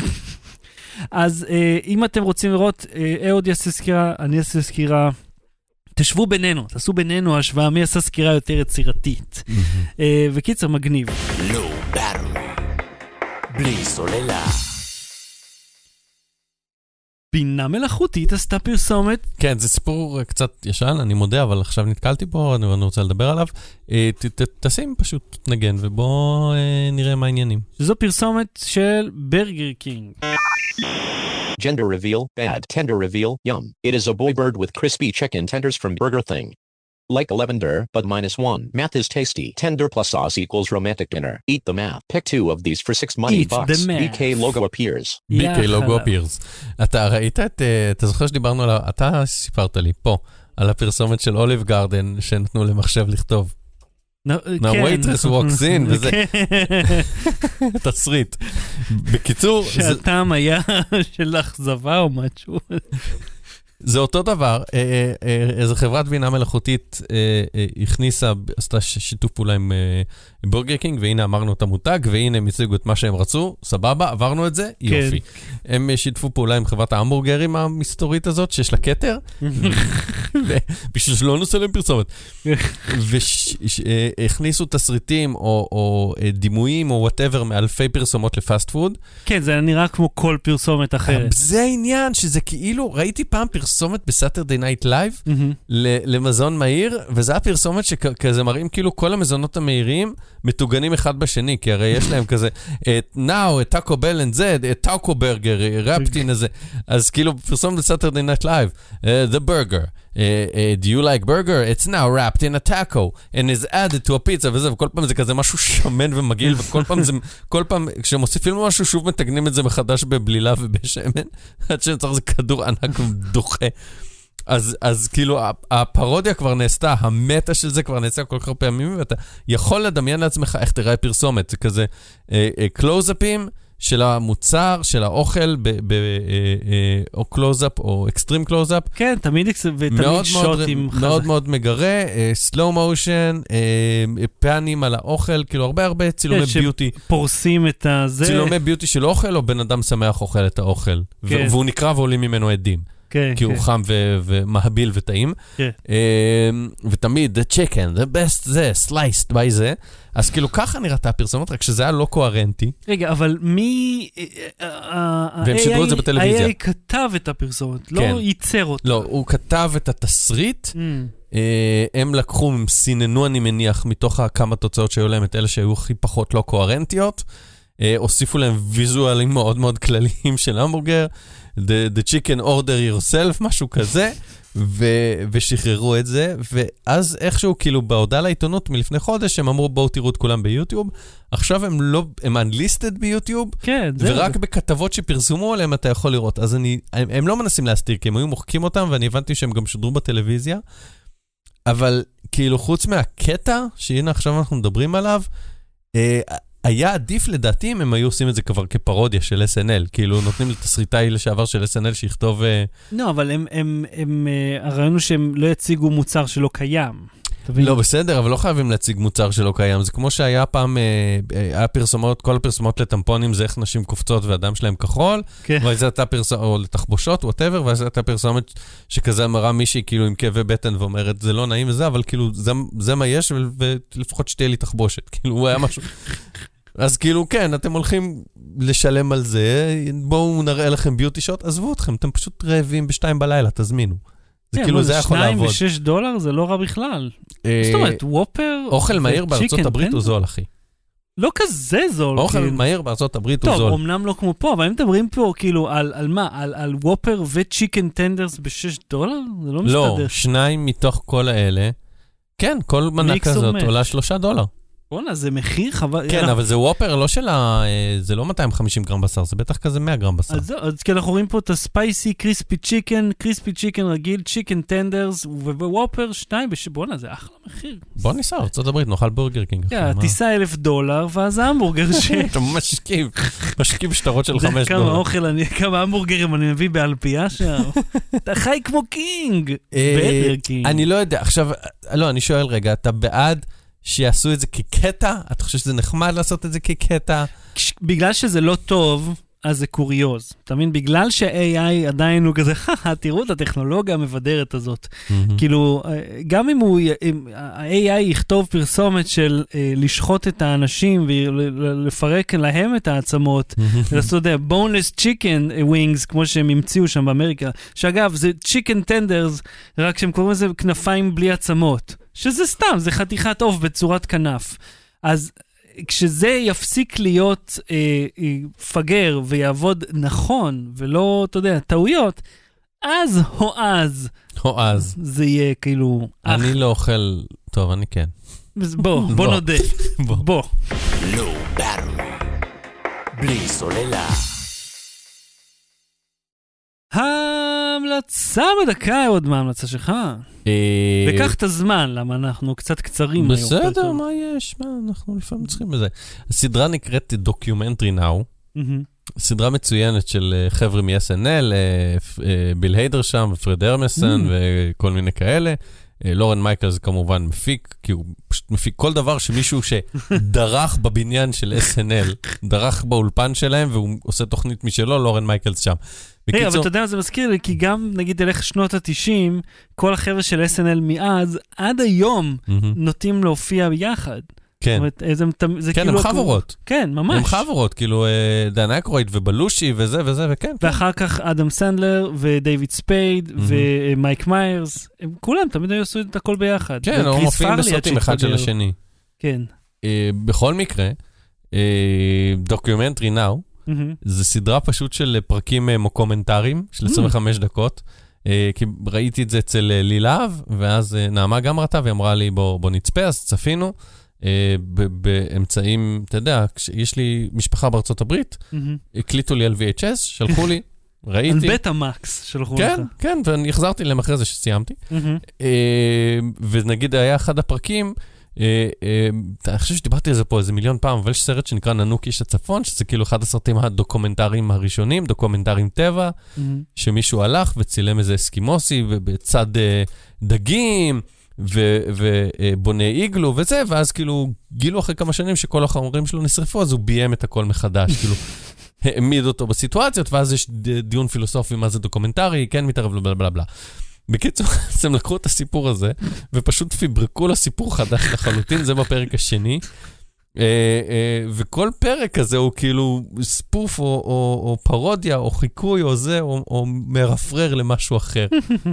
אז אם אתם רוצים לראות, אהוד יעשה סקירה, אני אעשה סקירה, תשבו בינינו, תעשו בינינו השוואה, מי עשה סקירה יותר יצירתית. וקיצר, מגניב. Low battery. בלי סוללה. בינה מלאכותית עשתה פרסומת. כן, זה סיפור קצת ישן, אני מודה, אבל עכשיו נתקלתי פה, אני רוצה לדבר עליו. תשים פשוט נגן, ובוא נראה מה העניינים. זו פרסומת של ברגר קינג. Gender reveal, bad. Tender reveal, yum. It is a boy bird with crispy chicken tenders from Burger Thing. Like a lavender, but minus one. Math is tasty. Tender plus sauce equals romantic dinner. Eat the math. Pick two of these for six money Eat bucks. The B K logo appears. B K logo appears. אתה ראית את, אתה זוכר שדיברנו על, אתה סיפרת לי פה, על הפרסומת של אוליב גרדן, שנתנו למחשב לכתוב. Now waitress walks in, וזה תסריט. בקיצור... שהטעם היה של אכזבה או משהו. זה אותו דבר, איזו חברת בינה מלאכותית הכניסה, עשתה שיתוף פעולה עם בורגר קינג, והנה אמרנו את המותג, והנה הם הציגו את מה שהם רצו, סבבה, עברנו את זה, יופי. הם שיתפו פעולה עם חברת ההמבורגרים המסתורית הזאת, שיש לה קטר, בשביל שלא נעשה להם פרסומת. והכניסו תסריטים או דימויים או whatever מאלפי פרסומות לפאסט פוד. כן, זה נראה כמו כל פרסומת אחרת. זה העניין, שזה כאילו, ראיתי פעם פרסומת בסאטרדי נייט לייב, למזון מהיר, וזה הפרסומת שכזה מראים כאילו כל המזונות המהירים מתוגנים אחד בשני, כי הרי יש להם כזה, now, טאקו בל and Z, טאקו ברגר, רפטין הזה. אז כאילו, פרסומת בסאטרדי נייט לייב, the burger. Uh, uh, do you like burger? It's now wrapped in a taco and is added to a pizza וזה, וכל פעם זה כזה משהו שמן ומגעיל, וכל פעם זה, כל פעם כשמוסיפים משהו שוב מתגנים את זה מחדש בבלילה ובשמן, עד שצריך זה כדור ענק ודוחה. אז, אז כאילו הפרודיה כבר נעשתה, המטה של זה כבר נעשה כל כך פעמים, ואתה יכול לדמיין לעצמך איך תראה פרסומת, זה כזה קלוזאפים, של המוצר, של האוכל, או קלוזאפ, או אקסטרים קלוזאפ. כן, תמיד שוטים. מאוד מאוד מגרה, סלואו מושן, פאנים על האוכל, כאילו הרבה הרבה צילומי ביוטי. פורסים את הזה. צילומי ביוטי של אוכל, או בן אדם שמח אוכל את האוכל. והוא נקרא ועולים ממנו עדים. כי הוא חם ומהביל וטעים. ותמיד, the chicken, the best זה, sliced by זה. אז כאילו ככה נראתה הפרסומות, רק שזה היה לא קוהרנטי. רגע, אבל מי... והם שידרו את זה בטלוויזיה. ה-איי איי כתב את הפרסומות, לא ייצר אותה. לא, הוא כתב את התסריט, הם לקחו, הם סיננו אני מניח, מתוך כמה תוצאות שהיו להם את אלה שהיו הכי פחות לא קוהרנטיות, הוסיפו להם ויזואלים מאוד מאוד כלליים של המבורגר, the, the chicken order yourself, משהו כזה, ו- ושחררו את זה, ואז איכשהו כאילו בהודעה לעיתונות מלפני חודש, הם אמרו בואו תראו את כולם ביוטיוב, עכשיו הם לא, הם unlisted ביוטיוב, כן, ורק זה. בכתבות שפרסמו עליהם אתה יכול לראות, אז אני, הם, הם לא מנסים להסתיר, כי הם היו מוחקים אותם, ואני הבנתי שהם גם שודרו בטלוויזיה, אבל כאילו חוץ מהקטע, שהנה עכשיו אנחנו מדברים עליו, אה, היה עדיף לדעתי אם הם היו עושים את זה כבר כפרודיה של אס אן אל, כאילו נותנים לתסריטאי לשעבר של אס אן אל שיכתוב... לא, אבל הם, הם, הם, הרעיון הוא שהם לא יציגו מוצר שלא קיים. לא, בסדר, אבל לא חייבים להציג מוצר שלא קיים. זה כמו שהיה פעם, היה פרסומות, כל הפרסומות לטמפונים זה איך נשים קופצות והדם שלהם כחול, וזה הייתה פרסומת, או לתחבושות, whatever, וזה הייתה פרסומת שכזה אמרה מישהי כאילו עם כאבי בטן ואומרת, זה לא נעים וזה, אבל כאילו זה, זה מה יש, ולפחות שתהיה לי תחבושת. כאילו, הוא היה משהו... אז כאילו, כן, אתם הולכים לשלם על זה, בואו נראה לכם ביוטי שוט, עזבו אתכם, אתם פשוט רעבים בשתיים בלילה, תזמינו. זה כאילו, זה יכול לעבוד. שניים ושש דולר זה לא רע בכלל. זאת אומרת, וופר... אוכל מהיר בארצות הברית הוא זול, אחי. לא כזה זול. אוכל מהיר בארצות הברית הוא זול. טוב, אמנם לא כמו פה, אבל אם מדברים פה כאילו על מה? על וופר וצ'יקן טנדרס בשש דולר? זה לא מסתדר. לא, שניים מתוך כל האלה. כן, כל מנה כזאת עולה שלושה דולר. בוא'נה, זה מחיר חבל... כן, אבל זה וופר, לא של ה... זה לא מאתיים וחמישים גרם בשר, זה בטח כזה מאה גרם בשר. אז כי אנחנו רואים פה את הספייסי, קריספי צ'יקן, קריספי צ'יקן רגיל, צ'יקן טנדרס, ווופר שניים, בוא'נה, זה אחלה מחיר. בוא ניסע, ארצות הברית, נאכל בורגר קינג. כן, טיסה אלף דולר, ואז ההמבורגר ש... אתה משקיב, משקיב שטרות של חמש דולר. כמה אוכל, כמה המבורגרים אני מביא באלפייה שם. אתה חי כמו קינג. בטר קינג. אני לא יודע, עכשיו, לא, אני שואל רגע, אתה בעד שיעשו את זה כקטע? אתה חושב שזה נחמד לעשות את זה כקטע? בגלל שזה לא טוב, אז זה קוריוז. אתה מבין? בגלל שה-איי איי עדיין הוא כזה, תראו את הטכנולוגיה המבדרת הזאת. כאילו, גם אם הוא, ה-איי איי יכתוב פרסומת של לשחוט את האנשים ולפרק להם את העצמות, לעשות את boneless chicken wings, כמו שהם המציאו שם באמריקה, שאגב, זה chicken tenders, רק שהם קוראים לזה כנפיים בלי עצמות. שזה סתם, זה חתיכת עוף בצורת כנף. אז כשזה יפסיק להיות אה, אה, פגר ויעבוד נכון, ולא, אתה יודע, טעויות, אז או אז. או אז. זה יהיה כאילו... אני אח... לא אוכל... טוב, אני כן. בוא, בוא נודה. בוא. בוא. לא ברור. בלי סוללה. ההמלצה בדקה, עוד מה ההמלצה שלך? וקח את הזמן, למה אנחנו קצת קצרים. בסדר, מה יש? מה, אנחנו לפעמים צריכים בזה. הסדרה נקראת דוקיומנטרי נאו, סדרה מצוינת של חבר'ה מ-אס אן אל, ביל היידר שם, ופרד הרמסון, וכל מיני כאלה. לורן מייקלס כמובן מפיק, כי הוא פשוט מפיק כל דבר שמישהו שדרך בבניין של אס אן אל, דרך באולפן שלהם, והוא עושה תוכנית משלו, לורן מייקלס שם. היי, אבל אתה יודע, זה מזכיר לי, כי גם, נגיד, אלך שנות ה-תשעים, כל החבר'ה של אס אן אל מאז, עד היום, נוטים להופיע ביחד. כן, כן, הם חברות. כן, ממש. הם חברות, כאילו דן אקרויד ובלושי וזה וזה וכן. ואחר כך אדם סנדלר ודייוויד ספייד ומייק מיירס, הם כולם תמיד היו עשו את הכל ביחד. כן, הם מופיעים בסרטים אחד של השני. כן. בכל מקרה, דוקיומנטרי נאו, זה סדרה פשוט של פרקים מוקומנטריים, של עשרים וחמש דקות, כי ראיתי את זה אצל לילהב, ואז נעמה גם ראתה, והיא אמרה לי בוא נצפה, אז צפינו, באמצעים, אתה יודע, יש לי משפחה בארצות הברית, הקליטו לי על וי אייץ' אס, שלחו לי, ראיתי. על בטה מקס שלחו לך. כן, כן, ואני החזרתי להם אחרי זה שסיימתי. ונגיד היה אחד הפרקים, אני חושב שדיברתי על זה פה איזה מיליון פעם, אבל יש סרט שנקרא ננוק איש הצפון, שזה כאילו אחד הסרטים הדוקומנטריים הראשונים, דוקומנטריים טבע, שמישהו הלך וצילם איזה אסקימוסי, ובצד דגים, ובונה איגלו וזה, ואז כאילו גילו אחרי כמה שנים שכל החומרים שלו נשרפו, אז הוא ביים את הכל מחדש, כאילו העמיד אותו בסיטואציות, ואז יש דיון פילוסופי מה זה דוקומנטרי, כן מתערב לו בלה בלה בלה. בקיצור, הם לקחו את הסיפור הזה, ופשוט פיברקו לסיפור חדש לחלוטין, זה בפרק השני, וכל פרק כזה הוא כאילו ספוף או, או, או פרודיה או חיקוי או זה, או, או מרפרר למשהו אחר.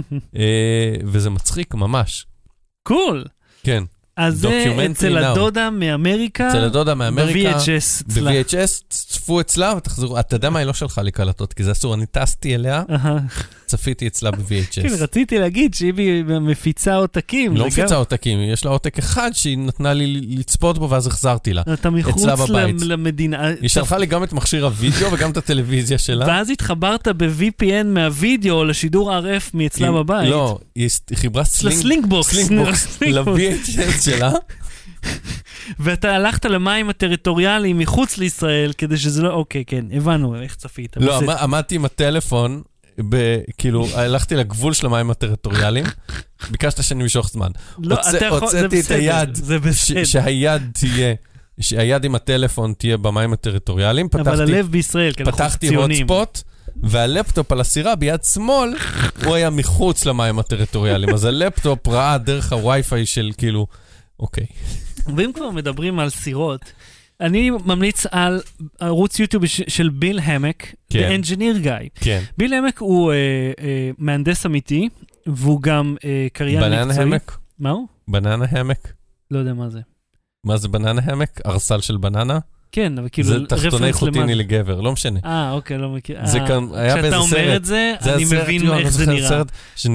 וזה מצחיק ממש. קול. כן. אז זה אצל הדודה מאמריקה, אצל הדודה מאמריקה, ב-וי אייץ' אס אצלה. ב-וי אייץ' אס, צפו אצלה ותחזרו, אתה יודע מה, היא לא שלחה לי קלטות, כי זה אסור, אני טסתי אליה, צפיתי אצלה ב-וי אייץ' אס. כן, רציתי להגיד שהיא מפיצה עותקים. לא מפיצה עותקים, יש לה עותק אחד שהיא נתנה לי לצפות בו, ואז החזרתי לה. אתה מחוץ למדינה. היא שלחה לי גם את מכשיר הוידאו וגם את הטלוויזיה שלה. ואז התחברת ב-וי פי אן מהוידאו לשידור אר אף מאצלה בבית. לא, היא חיברה סלינגבוקס ל-וי אייץ' אס שלה. ואתה הלכת למים הטריטוריאליים מחוץ לישראל, כדי שזה לא, אוקיי, כן, הבנו איך צפית. לא, עמדתי עם הטלפון, כאילו, הלכתי לגבול של המים הטריטוריאליים, ביקשת שאני משוך זמן. הוצאתי את היד, שהיד תהיה, שהיד עם הטלפון תהיה במים הטריטוריאליים, אבל הלב בישראל, פתחתי הוטספוט, והלפטופ על הסירה ביד שמאל, הוא היה מחוץ למים הטריטוריאליים, אז הלפטופ ראה דרך הווי-פיי של כאילו, אוקיי. ואם כבר מדברים על סירות, אני ממליץ על ערוץ יוטיוב של ביל המק, The Engineer Guy. כן. ביל המק הוא אה, אה, מהנדס אמיתי, והוא גם אה, קריין מקצועי. בננה המק? מה הוא? בננה המק? לא יודע מה זה. מה זה בננה המק? ארסל של בננה? כן, אבל כאילו... זה תחתוני חוטיני לגבר, לא משנה. אה, אוקיי, לא מכיר. זה כאן, היה באיזה סרט. כשאתה אומר את זה, אני מבין איך זה נראה. סרט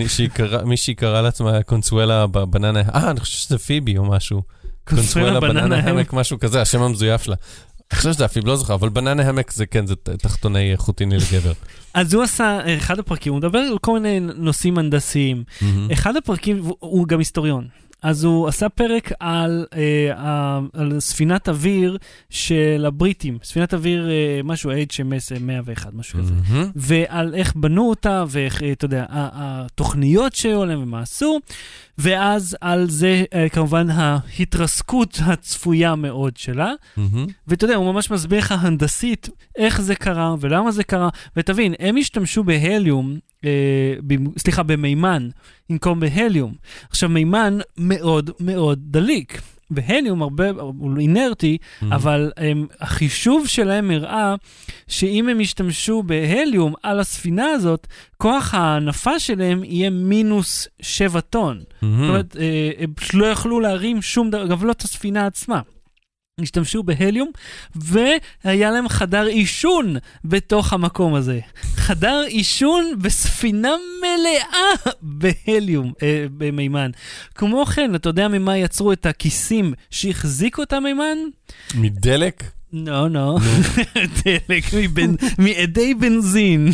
מישהי קרא לעצמה קונסואלה בננה, אה, אני חושב שזה פיבי או משהו. קונסואלה בננה המק, משהו כזה, השם המזויף שלה. אני חושב שזה הפיב, לא זוכר, אבל בננה המק זה כן, זה תחתוני חוטיני לגבר. אז הוא עשה, אחד הפרקים, הוא מדבר על כל מיני נושאים הנדסיים. אחד הפרקים, הוא גם היסטוריון. אז הוא עשה פרק על, אה, על ספינת אוויר של הבריטים, ספינת אוויר, אה, משהו אייץ' אם אס מאה ואחת, משהו כזה. Mm-hmm. ועל איך בנו אותה, ואיך, אתה יודע, התוכניות שהיו עליהם ומה עשו, ואז על זה, אה, כמובן, ההתרסקות הצפויה מאוד שלה. Mm-hmm. ואתה יודע, הוא ממש מסביר לך הנדסית, איך זה קרה ולמה זה קרה, ותבין, הם השתמשו בהליום, אה, ב, סליחה, במימן, במקום בהליום. עכשיו, מימן מאוד מאוד דליק. בהליום הרבה, הוא אינרטי, mm-hmm. אבל הם, החישוב שלהם הראה שאם הם ישתמשו בהליום על הספינה הזאת, כוח ההנפה שלהם יהיה מינוס שבע טון. Mm-hmm. זאת אומרת, אה, הם לא יכלו להרים שום דבר, גם לא את הספינה עצמה. השתמשו בהליום, והיה להם חדר אישון בתוך המקום הזה. חדר אישון בספינה מלאה בהליום, אה, במימן. כמו כן, אתה יודע ממה יצרו את הכיסים שהחזיקו את המימן? מדלק? לא, לא. דלק, מעדי בנזין.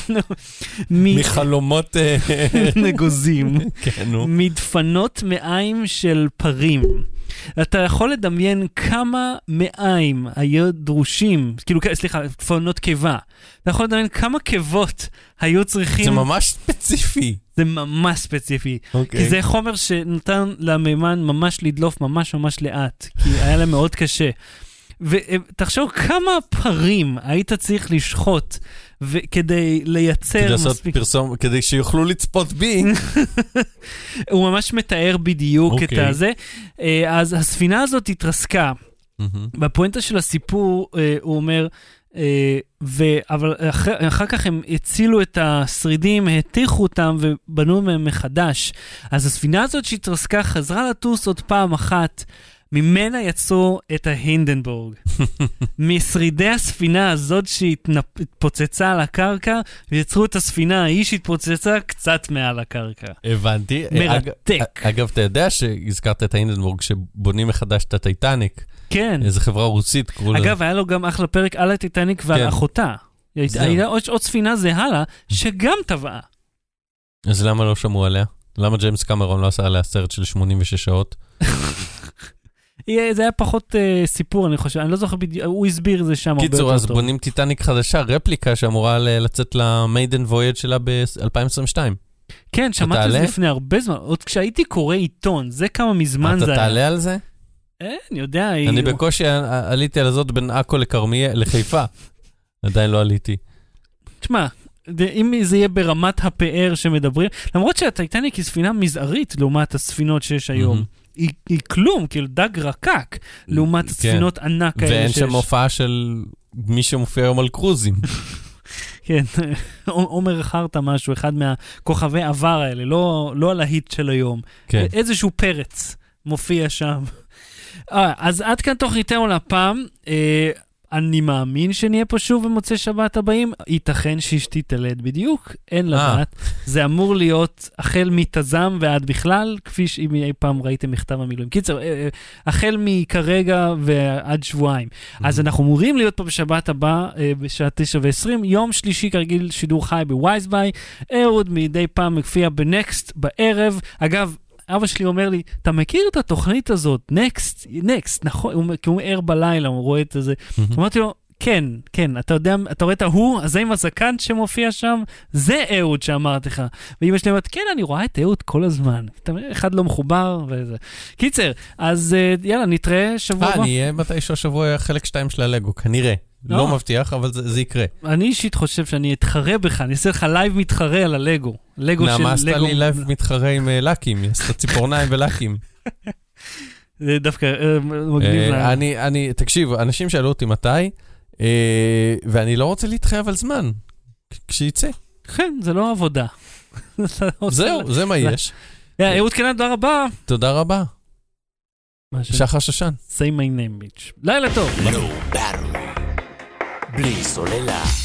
מחלומות נגוזים. כן, נו. מדפנות מעיים של פרים. אתה יכול לדמיין כמה מעיים היו דרושים, כאילו, סליחה, פונות קיבה. אתה יכול לדמיין כמה קיבות היו צריכים... זה ממש ספציפי. זה ממש ספציפי. Okay. כי זה חומר שנתן למימן ממש לדלוף ממש ממש לאט, כי היה להם מאוד קשה. ותחשוב כמה פרים היית צריך לשחוט כדי לייצר כדי לעשות מספיק... פרסום, כדי שיוכלו לצפות בי. הוא ממש מתאר בדיוק okay. את הזה. אז הספינה הזאת התרסקה. Mm-hmm. בפואנטה של הסיפור הוא אומר, ו... אבל אחר, אחר כך הם הצילו את השרידים, התיכו אותם ובנו מהם מחדש. אז הספינה הזאת שהתרסקה חזרה לטוס עוד פעם אחת, ממנה יצאו את ההינדנבורג. משרידי הספינה הזאת שהתפוצצה על הקרקע, ויצרו את הספינה ההיא שהתפוצצה קצת מעל הקרקע. הבנתי. מרתק. אג, אגב, אתה יודע שהזכרת את ההינדנבורג, שבונים מחדש את הטייטניק. כן. איזו חברה רוסית. אגב, היה לו גם אחלה פרק על הטייטניק ועל כן. אחותה. היה עוד, עוד ספינה זהה לה, שגם טבעה. אז למה לא שמעו עליה? למה ג'יימס קמרון לא עשה עליה סרט של שמונים ושש שעות? זה היה פחות uh, סיפור, אני חושב. אני לא זוכר בדיוק, הוא הסביר את זה שם הרבה יותר טוב. קיצור, אז בונים טיטניק חדשה, רפליקה שאמורה לצאת למיידן וויד שלה ב-אלפיים עשרים ושתיים. כן, שמעתי את זה לפני הרבה זמן. עוד כשהייתי קורא עיתון, זה כמה מזמן זה היה. אתה תעלה על זה? אה, אני יודע. אני בקושי עליתי על הזאת בין עכו לכרמיאל, לחיפה. עדיין לא עליתי. תשמע, אם זה יהיה ברמת הפאר שמדברים, למרות שהטייטניק היא ספינה מזערית לעומת הספינות שיש היום. היא, היא כלום, כאילו דג רקק, לעומת ספינות כן. ענק האלה ואין שם הופעה של מי שמופיע היום על קרוזים. כן, עומר חרטה משהו, אחד מהכוכבי עבר האלה, לא, לא על ההיט של היום. כן. איזשהו פרץ מופיע שם. אז עד כאן תוכניתנו לפעם, אני מאמין שנהיה פה שוב במוצאי שבת הבאים, ייתכן שאשתי תלד בדיוק, אין לדעת. זה אמור להיות החל מתזם ועד בכלל, כפי שאם אי פעם ראיתם מכתב המילואים. קיצר, החל מכרגע ועד שבועיים. אז אנחנו אמורים להיות פה בשבת הבא, בשעה תשע ועשרים, יום שלישי כרגיל שידור חי בווייזביי, אהוד מדי פעם מופיע בנקסט בערב. אגב, אבא שלי אומר לי, אתה מכיר את התוכנית הזאת, נקסט, נקסט, נכון, כי הוא ער בלילה, הוא רואה את זה. אמרתי לו, כן, כן, אתה יודע, אתה רואה את ההוא, אז עם הזקן שמופיע שם, זה אהוד שאמרתי לך. ואמא שלי אומרת, כן, אני רואה את אהוד כל הזמן. אחד לא מחובר וזה. קיצר, אז יאללה, נתראה שבוע הבא. אה, אני אהיה מתישהו השבוע חלק שתיים של הלגו, כנראה. לא מבטיח, אבל זה יקרה. אני אישית חושב שאני אתחרה בך, אני אעשה לך לייב מתחרה על הלגו. נעמה עשתה לי לייב מתחרה עם לקים, היא עשתה ציפורניים ולקים. זה דווקא מגניב להם. אני, תקשיב, אנשים שאלו אותי מתי, ואני לא רוצה להתחייב על זמן, כשיצא. כן, זה לא עבודה. זהו, זה מה יש. אהוד קנן, תודה רבה. תודה רבה. שחר שושן. Say my name, bitch. לילה טוב. בלי סוללה.